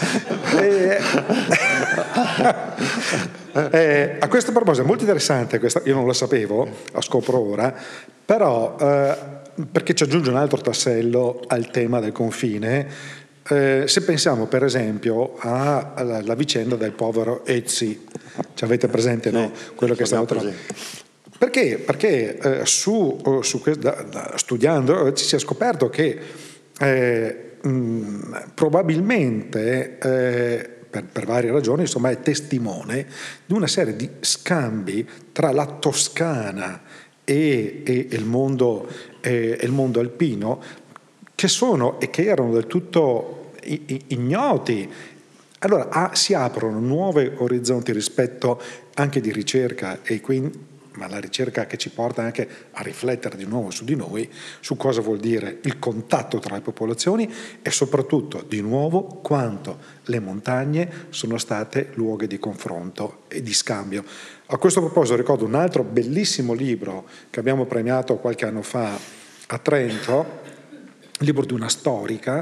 A questo proposito è molto interessante, io non lo sapevo, lo scopro ora, però perché ci aggiunge un altro tassello al tema del confine. Se pensiamo per esempio alla vicenda del povero Ötzi, ci avete presente, no? Quello che è stato trovato. Perché studiando si è scoperto che probabilmente per varie ragioni, insomma, è testimone di una serie di scambi tra la Toscana e il mondo alpino che erano del tutto ignoti. Allora si aprono nuovi orizzonti rispetto anche di ricerca, e quindi, ma la ricerca che ci porta anche a riflettere di nuovo su di noi, su cosa vuol dire il contatto tra le popolazioni e soprattutto di nuovo quanto le montagne sono state luoghi di confronto e di scambio. A questo proposito ricordo un altro bellissimo libro che abbiamo premiato qualche anno fa a Trento, il libro di una storica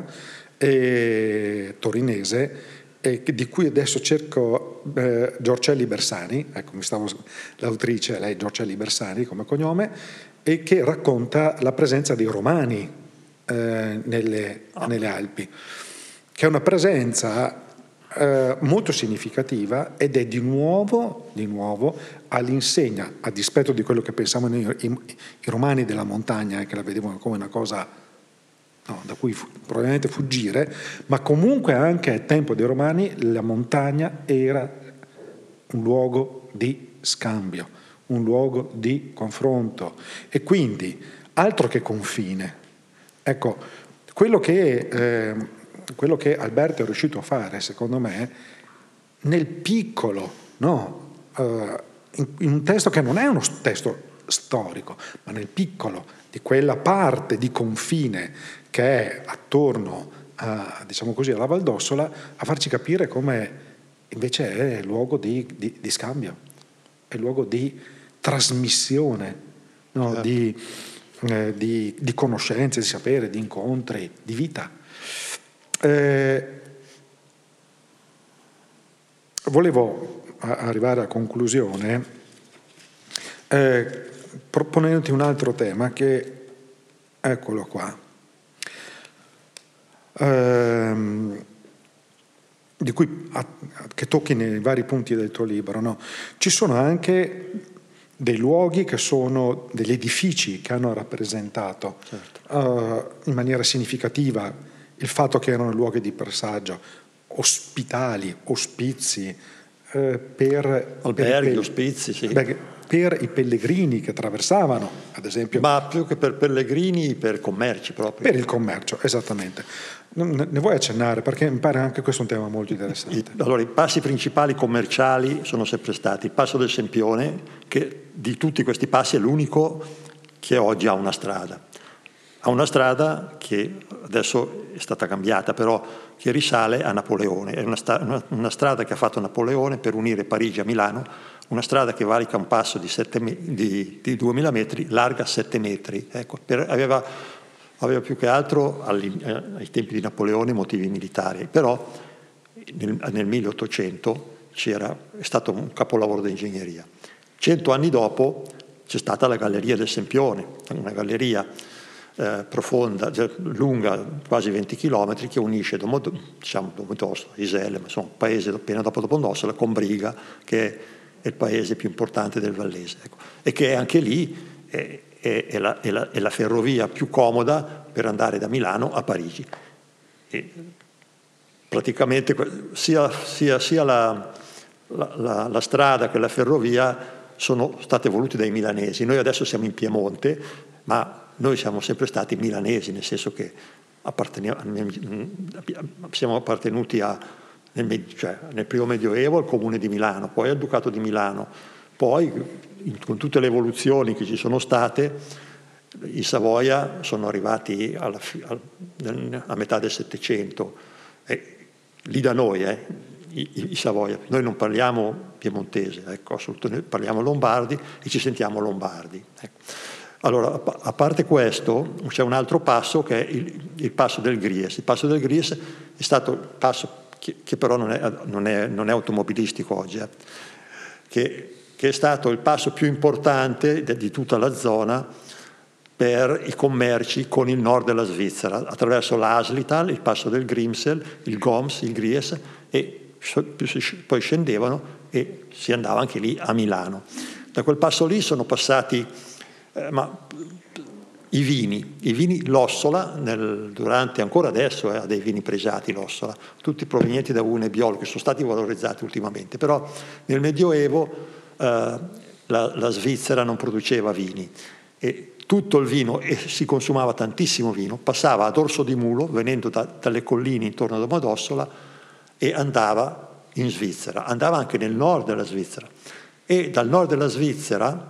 torinese, di cui adesso cerco Giorcelli Bersani, ecco, l'autrice, lei Giorcelli Bersani come cognome, e che racconta la presenza dei Romani nelle Alpi, che è una presenza molto significativa ed è di nuovo all'insegna, a dispetto di quello che pensavano i romani della montagna, che la vedevano come una cosa da cui probabilmente fuggire, ma comunque anche al tempo dei Romani la montagna era un luogo di scambio, un luogo di confronto, e quindi altro che confine. Ecco, quello che Alberto è riuscito a fare, secondo me, nel piccolo, in un testo che non è uno testo storico, ma nel piccolo di quella parte di confine che è attorno diciamo così, alla Val d'Ossola, a farci capire come invece è luogo di scambio, è luogo di trasmissione, no? Di conoscenze, di sapere, di incontri, di vita. Volevo arrivare a conclusione proponendoti un altro tema che, eccolo qua, di cui che tocchi nei vari punti del tuo libro, no? Ci sono anche dei luoghi che sono degli edifici che hanno rappresentato in maniera significativa il fatto che erano luoghi di passaggio, ospitali, ospizi, alberghi, ospizi, sì. Per i pellegrini che attraversavano, ad esempio. Ma più che per pellegrini, per commerci proprio. Per il commercio, esattamente. Ne vuoi accennare? Perché mi pare anche questo un tema molto interessante. Allora, i passi principali commerciali sono sempre stati il passo del Sempione, che di tutti questi passi è l'unico che oggi ha una strada. Ha una strada che adesso è stata cambiata, però che risale a Napoleone. È una strada che ha fatto Napoleone per unire Parigi a Milano, una strada che valica un passo di 2000 metri, larga 7 metri. Ecco, aveva più che altro ai tempi di Napoleone motivi militari, però nel 1800 è stato un capolavoro di ingegneria. 100 anni dopo c'è stata la Galleria del Sempione, una galleria profonda, lunga quasi 20 chilometri, che unisce Domodossola, Iselle, insomma un paese appena dopo Domodossola, con Briga, che è il paese più importante del Vallese, ecco. E che anche lì è la ferrovia più comoda per andare da Milano a Parigi. E praticamente sia la strada che la ferrovia sono state volute dai milanesi. Noi adesso siamo in Piemonte, ma noi siamo sempre stati milanesi, nel senso che siamo appartenuti nel primo Medioevo al Comune di Milano, poi al Ducato di Milano, poi con tutte le evoluzioni che ci sono state, i Savoia sono arrivati a metà del Settecento, lì da noi, i Savoia. Noi non parliamo piemontese, ecco, assolutamente, parliamo lombardi e ci sentiamo lombardi. Ecco. Allora, a parte questo, c'è un altro passo che è il passo del Gries. Il passo del Gries è stato il passo che però non è automobilistico oggi, che è stato il passo più importante di tutta la zona per i commerci con il nord della Svizzera, attraverso l'Aslital, il passo del Grimsel, il Goms, il Gries, e poi scendevano e si andava anche lì a Milano. Da quel passo lì sono passati i vini l'Ossola, durante ancora adesso ha dei vini pregiati l'Ossola, tutti provenienti da uve Nebbiolo, che sono stati valorizzati ultimamente, però nel Medioevo la Svizzera non produceva vini e tutto il vino, e si consumava tantissimo vino, passava a dorso di mulo, venendo dalle colline intorno a Domodossola, e andava in Svizzera, andava anche nel nord della Svizzera, e dal nord della Svizzera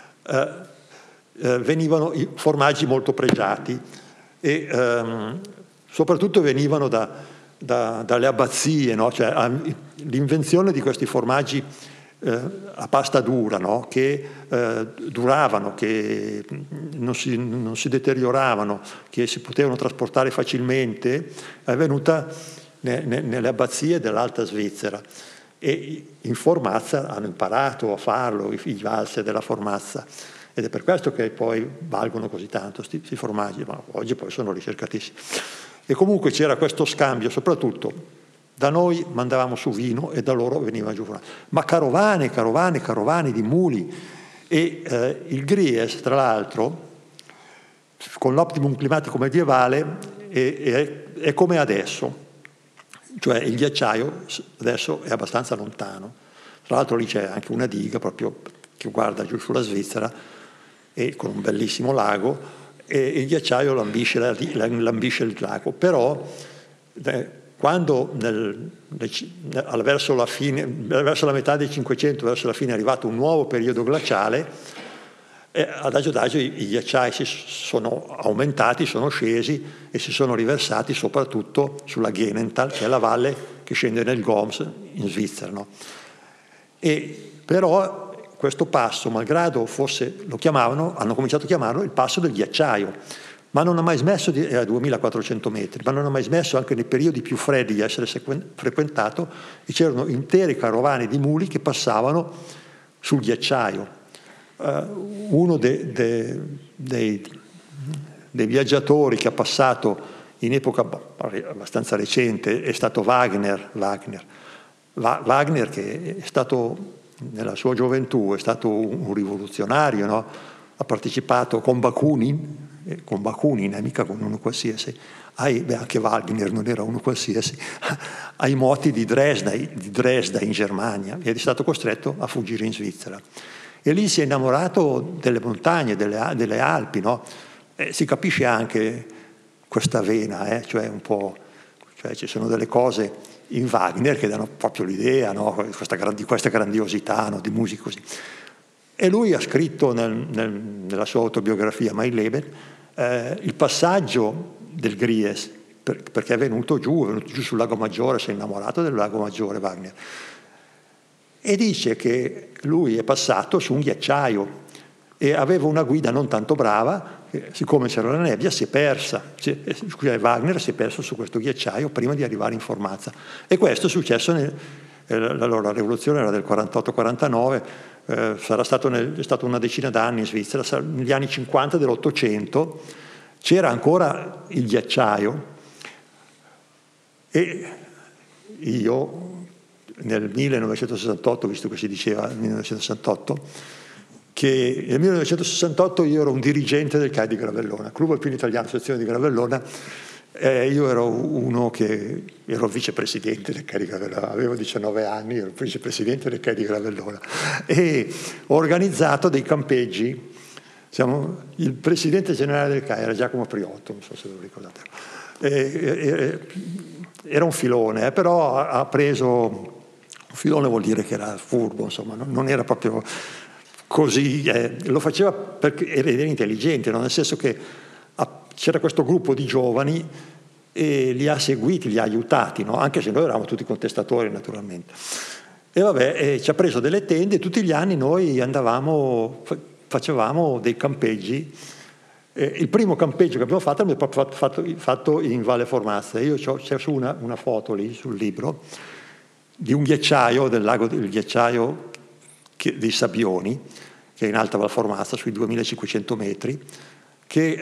venivano i formaggi molto pregiati e soprattutto venivano dalle abbazie, no? Cioè, l'invenzione di questi formaggi a pasta dura, no? Che duravano, che non si deterioravano, che si potevano trasportare facilmente, è venuta nelle abbazie dell'Alta Svizzera, e in Formazza hanno imparato a farlo i valse della Formazza, ed è per questo che poi valgono così tanto questi formaggi, ma oggi poi sono ricercatissimi. E comunque c'era questo scambio, soprattutto da noi mandavamo su vino e da loro veniva giù, ma carovane di muli, e il Gries, tra l'altro, con l'optimum climatico medievale è come adesso, cioè il ghiacciaio adesso è abbastanza lontano, tra l'altro lì c'è anche una diga proprio che guarda giù sulla Svizzera, e con un bellissimo lago, e il ghiacciaio lambisce il lago, però quando verso la metà del 500, verso la fine, è arrivato un nuovo periodo glaciale, Adagio adagio i ghiacciai si sono aumentati, sono scesi e si sono riversati soprattutto sulla Genental, che è la valle che scende nel Goms in Svizzera, no? E però questo passo, malgrado fosse, hanno cominciato a chiamarlo il passo del ghiacciaio, ma non ha mai smesso a 2400 metri, ma non ha mai smesso anche nei periodi più freddi di essere frequentato, e c'erano intere carovane di muli che passavano sul ghiacciaio. Uno dei viaggiatori che ha passato in epoca abbastanza recente è stato Wagner, che è stato nella sua gioventù è stato un rivoluzionario, no? Ha partecipato con Bakunin, mica con uno qualsiasi, anche Wagner non era uno qualsiasi, ai moti di Dresda in Germania, ed è stato costretto a fuggire in Svizzera. E lì si è innamorato delle montagne, delle Alpi, no? Si capisce anche questa vena, cioè un po', cioè ci sono delle cose in Wagner che danno proprio l'idea, no? di questa grandiosità, no? Di musica così. E lui ha scritto nella sua autobiografia Mein Leben il passaggio del Gries, perché è venuto giù sul Lago Maggiore, si è innamorato del Lago Maggiore Wagner. E dice che lui è passato su un ghiacciaio e aveva una guida non tanto brava, siccome c'era la nebbia si è persa, Wagner si è perso su questo ghiacciaio prima di arrivare in Formazza. E questo è successo allora la rivoluzione era del 48-49, è stato una decina d'anni in Svizzera, negli anni 50 dell'Ottocento c'era ancora il ghiacciaio, e io nel 1968, visto che si diceva nel 1968, che nel 1968 io ero un dirigente del CAI di Gravellona, Club Alpino Italiano, sezione di Gravellona, io ero ero vicepresidente del CAI di Gravellona, avevo 19 anni, ero vicepresidente del CAI di Gravellona e ho organizzato dei campeggi. Il presidente generale del CAI era Giacomo Priotto, non so se ve lo ricordate. Era un filone, però ha preso... Un filone vuol dire che era furbo, insomma, non era proprio così, lo faceva perché era intelligente, no? Nel senso che c'era questo gruppo di giovani e li ha seguiti, li ha aiutati, no? Anche se noi eravamo tutti contestatori naturalmente. E ci ha preso delle tende e tutti gli anni noi facevamo dei campeggi. Il primo campeggio che abbiamo fatto l'abbiamo fatto in Valle Formazza. C'è su una foto lì sul libro di un ghiacciaio, del ghiacciaio dei Sabbioni, che è in Alta Val Formazza, sui 2500 metri, che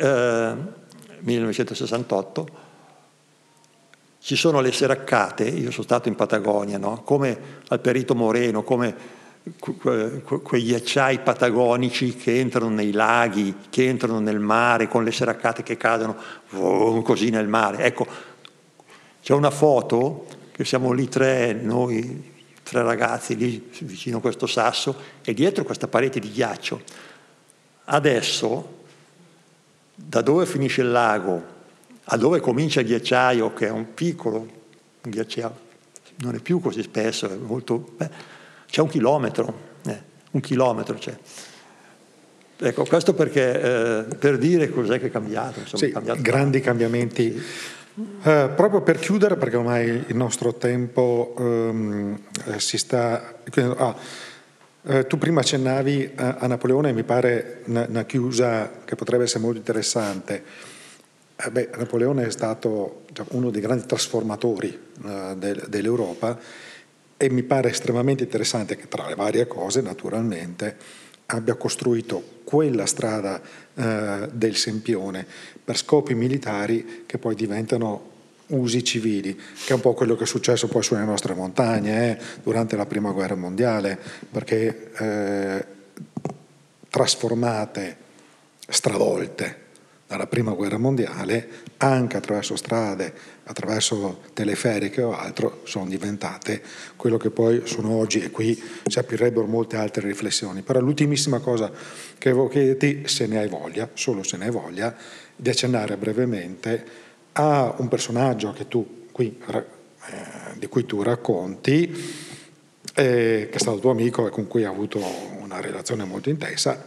1968 ci sono le seraccate. Io sono stato in Patagonia, no? Come al Perito Moreno, come quei ghiacciai patagonici che entrano nei laghi, che entrano nel mare, con le seraccate che cadono così nel mare. Ecco, c'è una foto che siamo lì noi tre ragazzi lì vicino a questo sasso e dietro questa parete di ghiaccio. Adesso, da dove finisce il lago a dove comincia il ghiacciaio, che è un piccolo ghiacciaio, non è più così spesso, è molto... c'è 1 chilometro, 1 chilometro c'è. Ecco, questo perché per dire cos'è che è cambiato. Insomma, sì, è cambiato grandi cambiamenti. Proprio per chiudere, perché ormai il nostro tempo si sta... tu prima accennavi a Napoleone, mi pare una chiusa che potrebbe essere molto interessante. Napoleone è stato uno dei grandi trasformatori dell'Europa e mi pare estremamente interessante che tra le varie cose naturalmente abbia costruito quella strada del Sempione per scopi militari che poi diventano usi civili, che è un po' quello che è successo poi sulle nostre montagne durante la Prima Guerra Mondiale, perché trasformate, stravolte dalla Prima Guerra Mondiale, anche attraverso strade, attraverso teleferiche o altro, sono diventate quello che poi sono oggi, e qui si aprirebbero molte altre riflessioni. Però l'ultimissima cosa che avevo chiederti, se ne hai voglia, solo se ne hai voglia, di accennare brevemente a un personaggio che tu qui, di cui tu racconti, che è stato tuo amico e con cui hai avuto una relazione molto intensa,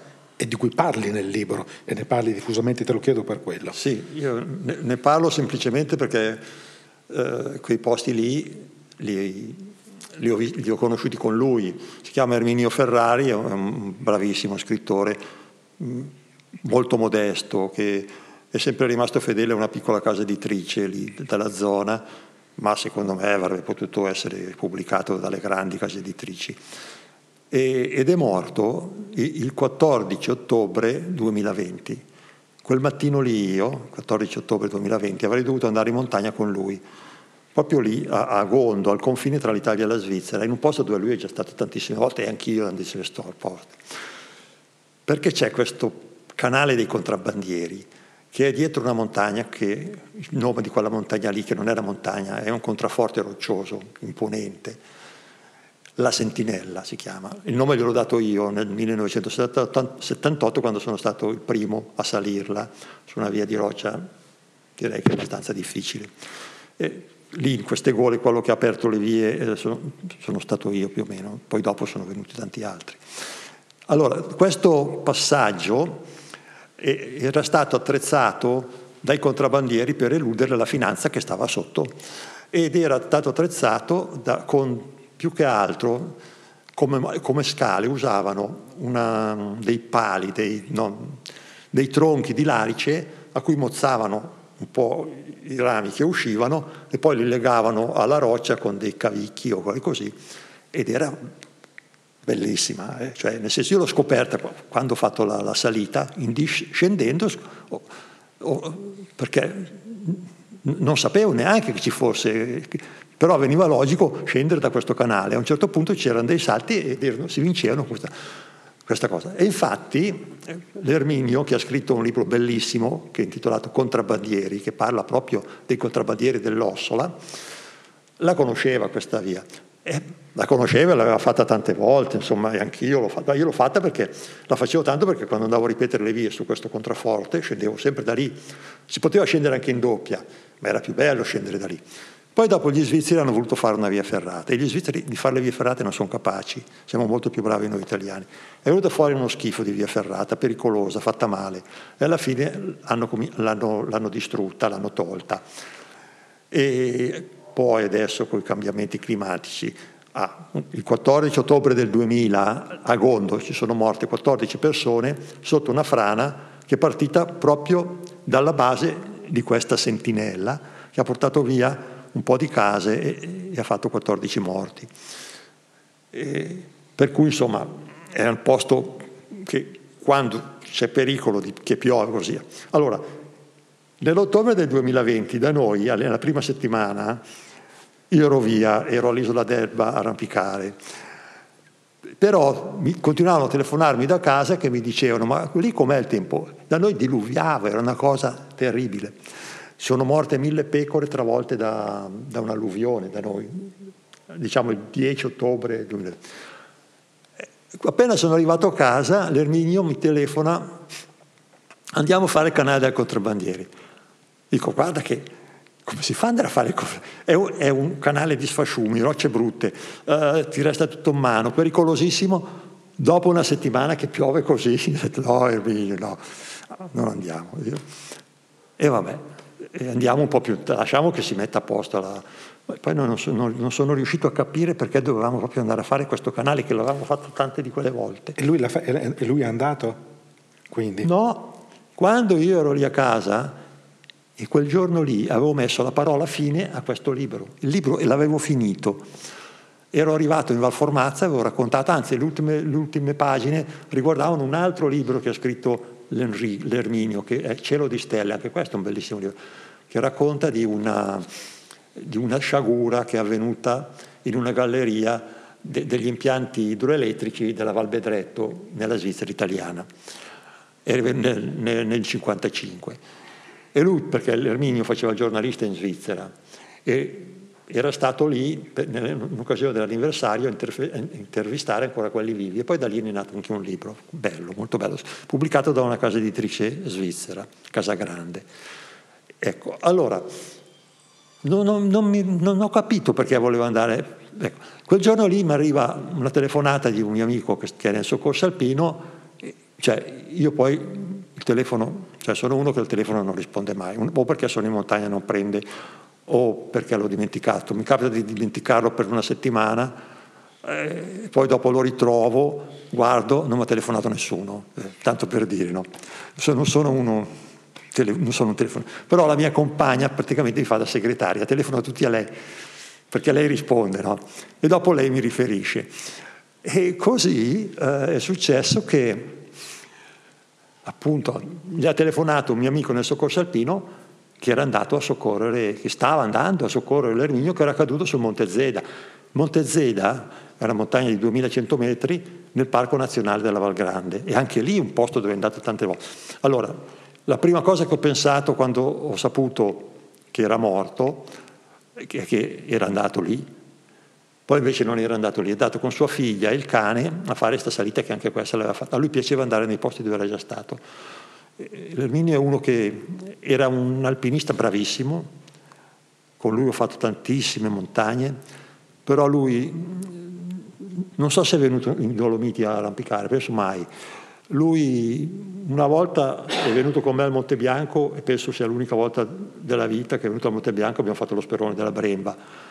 e di cui parli nel libro, e ne parli diffusamente, te lo chiedo per quello. Sì, io ne parlo semplicemente perché quei posti lì li ho conosciuti con lui. Si chiama Erminio Ferrari, è un bravissimo scrittore, molto modesto, che è sempre rimasto fedele a una piccola casa editrice lì dalla zona, ma secondo me avrebbe potuto essere pubblicato dalle grandi case editrici. Ed è morto il 14 ottobre 2020. Quel mattino lì io, 14 ottobre 2020, avrei dovuto andare in montagna con lui, proprio lì a Gondo, al confine tra l'Italia e la Svizzera, in un posto dove lui è già stato tantissime volte, e anch'io andessi sto al posto. Perché c'è questo canale dei contrabbandieri che è dietro una montagna, che il nome di quella montagna lì, che non era montagna, è un contrafforte roccioso, imponente. La Sentinella si chiama. Il nome gliel'ho dato io nel 1978, quando sono stato il primo a salirla su una via di roccia, direi che è abbastanza difficile. E lì in queste gole, quello che ha aperto le vie sono stato io più o meno, poi dopo sono venuti tanti altri. Allora, questo passaggio era stato attrezzato dai contrabbandieri per eludere la finanza che stava sotto, ed era stato attrezzato con più che altro come scale usavano dei pali, dei tronchi di larice a cui mozzavano un po' i rami che uscivano e poi li legavano alla roccia con dei cavicchi o così, ed era bellissima, cioè, nel senso, io l'ho scoperta quando ho fatto la salita, scendendo, perché non sapevo neanche che ci fosse, però veniva logico scendere da questo canale. A un certo punto c'erano dei salti e si vincevano questa cosa. E infatti l'Erminio, che ha scritto un libro bellissimo che è intitolato Contrabbandieri, che parla proprio dei contrabbandieri dell'Ossola, la conosceva questa via. La conosceva e l'aveva fatta tante volte, insomma, e anch'io l'ho fatta. Io l'ho fatta perché la facevo tanto, perché quando andavo a ripetere le vie su questo contrafforte scendevo sempre da lì. Si poteva scendere anche in doppia, ma era più bello scendere da lì. Poi dopo gli svizzeri hanno voluto fare una via ferrata, e gli svizzeri di fare le vie ferrate non sono capaci, siamo molto più bravi noi italiani. È venuto fuori uno schifo di via ferrata, pericolosa, fatta male, e alla fine l'hanno distrutta, l'hanno tolta. E poi adesso con i cambiamenti climatici, il 14 ottobre del 2000 a Gondo ci sono morte 14 persone sotto una frana che è partita proprio dalla base di questa sentinella, che ha portato via un po' di case e ha fatto 14 morti. Per cui insomma è un posto che quando c'è pericolo che piove così. Allora, nell'ottobre del 2020 da noi, nella prima settimana, io ero all'isola d'Elba a arrampicare, però continuavano a telefonarmi da casa che mi dicevano: ma lì com'è il tempo? Da noi diluviava, era una cosa terribile. Sono morte 1000 pecore travolte da un'alluvione da noi, diciamo il 10 ottobre 2000. Appena sono arrivato a casa, l'Erminio mi telefona: andiamo a fare il canale del contrabbandieri. Dico: guarda che come si fa ad andare a fare è un canale di sfasciumi, rocce brutte, ti resta tutto in mano, pericolosissimo. Dopo una settimana che piove così, no Erminio, no, non andiamo. E vabbè, andiamo un po' più, lasciamo che si metta a posto poi non sono riuscito a capire perché dovevamo proprio andare a fare questo canale, che l'avevamo fatto tante di quelle volte. E lui è andato? Quindi? No, quando io ero lì a casa, e quel giorno lì avevo messo la parola fine a questo libro. Il libro l'avevo finito. Ero arrivato in Val Formazza, avevo raccontato, anzi le ultime pagine riguardavano un altro libro che ha scritto l'Erminio, che è Cielo di Stelle, anche questo è un bellissimo libro, che racconta di una sciagura che è avvenuta in una galleria degli impianti idroelettrici della Val Bedretto nella Svizzera italiana nel 1955. E lui, perché l'Erminio faceva il giornalista in Svizzera e era stato lì in occasione dell'anniversario a intervistare ancora quelli vivi, e poi da lì è nato anche un libro bello, molto bello, pubblicato da una casa editrice svizzera, Casa Grande. Ecco, allora non ho capito perché volevo andare. Ecco, quel giorno lì mi arriva una telefonata di un mio amico che era in soccorso alpino, Cioè, io poi il telefono, cioè sono uno che il telefono non risponde mai, o perché sono in montagna e non prende, o perché l'ho dimenticato. Mi capita di dimenticarlo per una settimana, poi dopo lo ritrovo, guardo, non mi ha telefonato nessuno, tanto per dire, no? Non sono un telefono, però la mia compagna praticamente mi fa da segretaria, telefono tutti a lei, perché lei risponde, no? E dopo lei mi riferisce. E così è successo che appunto gli ha telefonato un mio amico nel soccorso alpino che stava andando a soccorrere l'Erminio che era caduto sul Monte Zeda. Monte Zeda è una montagna di 2100 metri nel Parco Nazionale della Val Grande, e anche lì un posto dove è andato tante volte. Allora, la prima cosa che ho pensato quando ho saputo che era morto, che era andato lì, poi invece non era andato lì, è andato con sua figlia e il cane a fare questa salita che anche questa l'aveva fatta. A lui piaceva andare nei posti dove era già stato. L'Erminio è uno che era un alpinista bravissimo, con lui ho fatto tantissime montagne, però lui, non so se è venuto in Dolomiti a arrampicare, penso mai. Lui una volta è venuto con me al Monte Bianco, e penso sia l'unica volta della vita che è venuto al Monte Bianco, abbiamo fatto lo sperone della Bremba.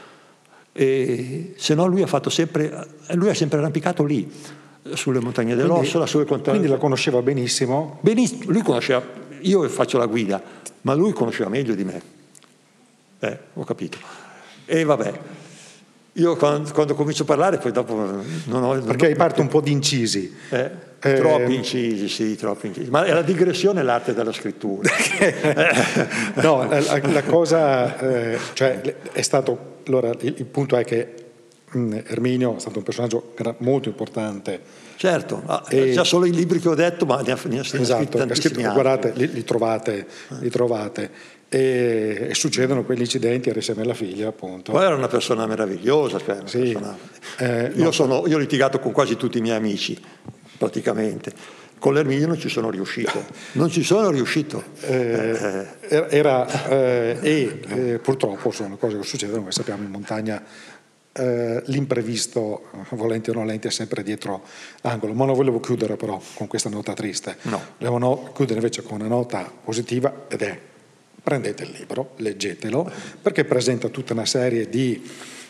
E se no lui ha sempre arrampicato lì, sulle montagne dell'Ossola, quindi la conosceva benissimo. Lui conosceva, io faccio la guida, ma lui conosceva meglio di me. Ho capito. E vabbè, io quando comincio a parlare poi dopo perché hai parte un po' di incisi. Troppi incisi, sì, troppi incisi. Ma è la digressione è l'arte della scrittura. No, la cosa, cioè è stato. Allora, il punto è che Erminio è stato un personaggio molto importante. Certo, già solo i libri che ho detto, ma ne ha esatto, tantissimi altri. Guardate, li trovate. E succedono quegli incidenti insieme alla figlia, appunto. Poi era una persona meravigliosa. Cioè sì. Io ho litigato con quasi tutti i miei amici, praticamente. Con l'Erminio non ci sono riuscito. Purtroppo sono cose che succedono, come sappiamo in montagna. L'imprevisto, volenti o nolenti, è sempre dietro l'angolo. Ma non volevo chiudere però con questa nota triste. No. Volevo chiudere invece con una nota positiva, ed è: prendete il libro, leggetelo, perché presenta tutta una serie di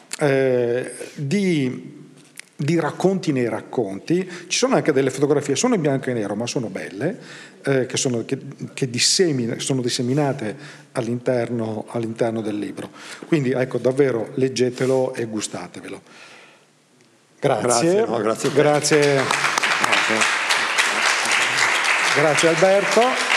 racconti nei racconti. Ci sono anche delle fotografie, sono in bianco e nero, ma sono belle, che sono disseminate all'interno del libro. Quindi ecco, davvero leggetelo e gustatevelo. Grazie Alberto,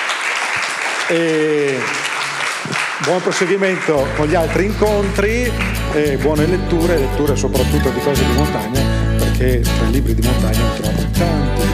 e buon proseguimento con gli altri incontri, e buone letture soprattutto di cose di montagna, perché tra i libri di montagna ne trovo tanti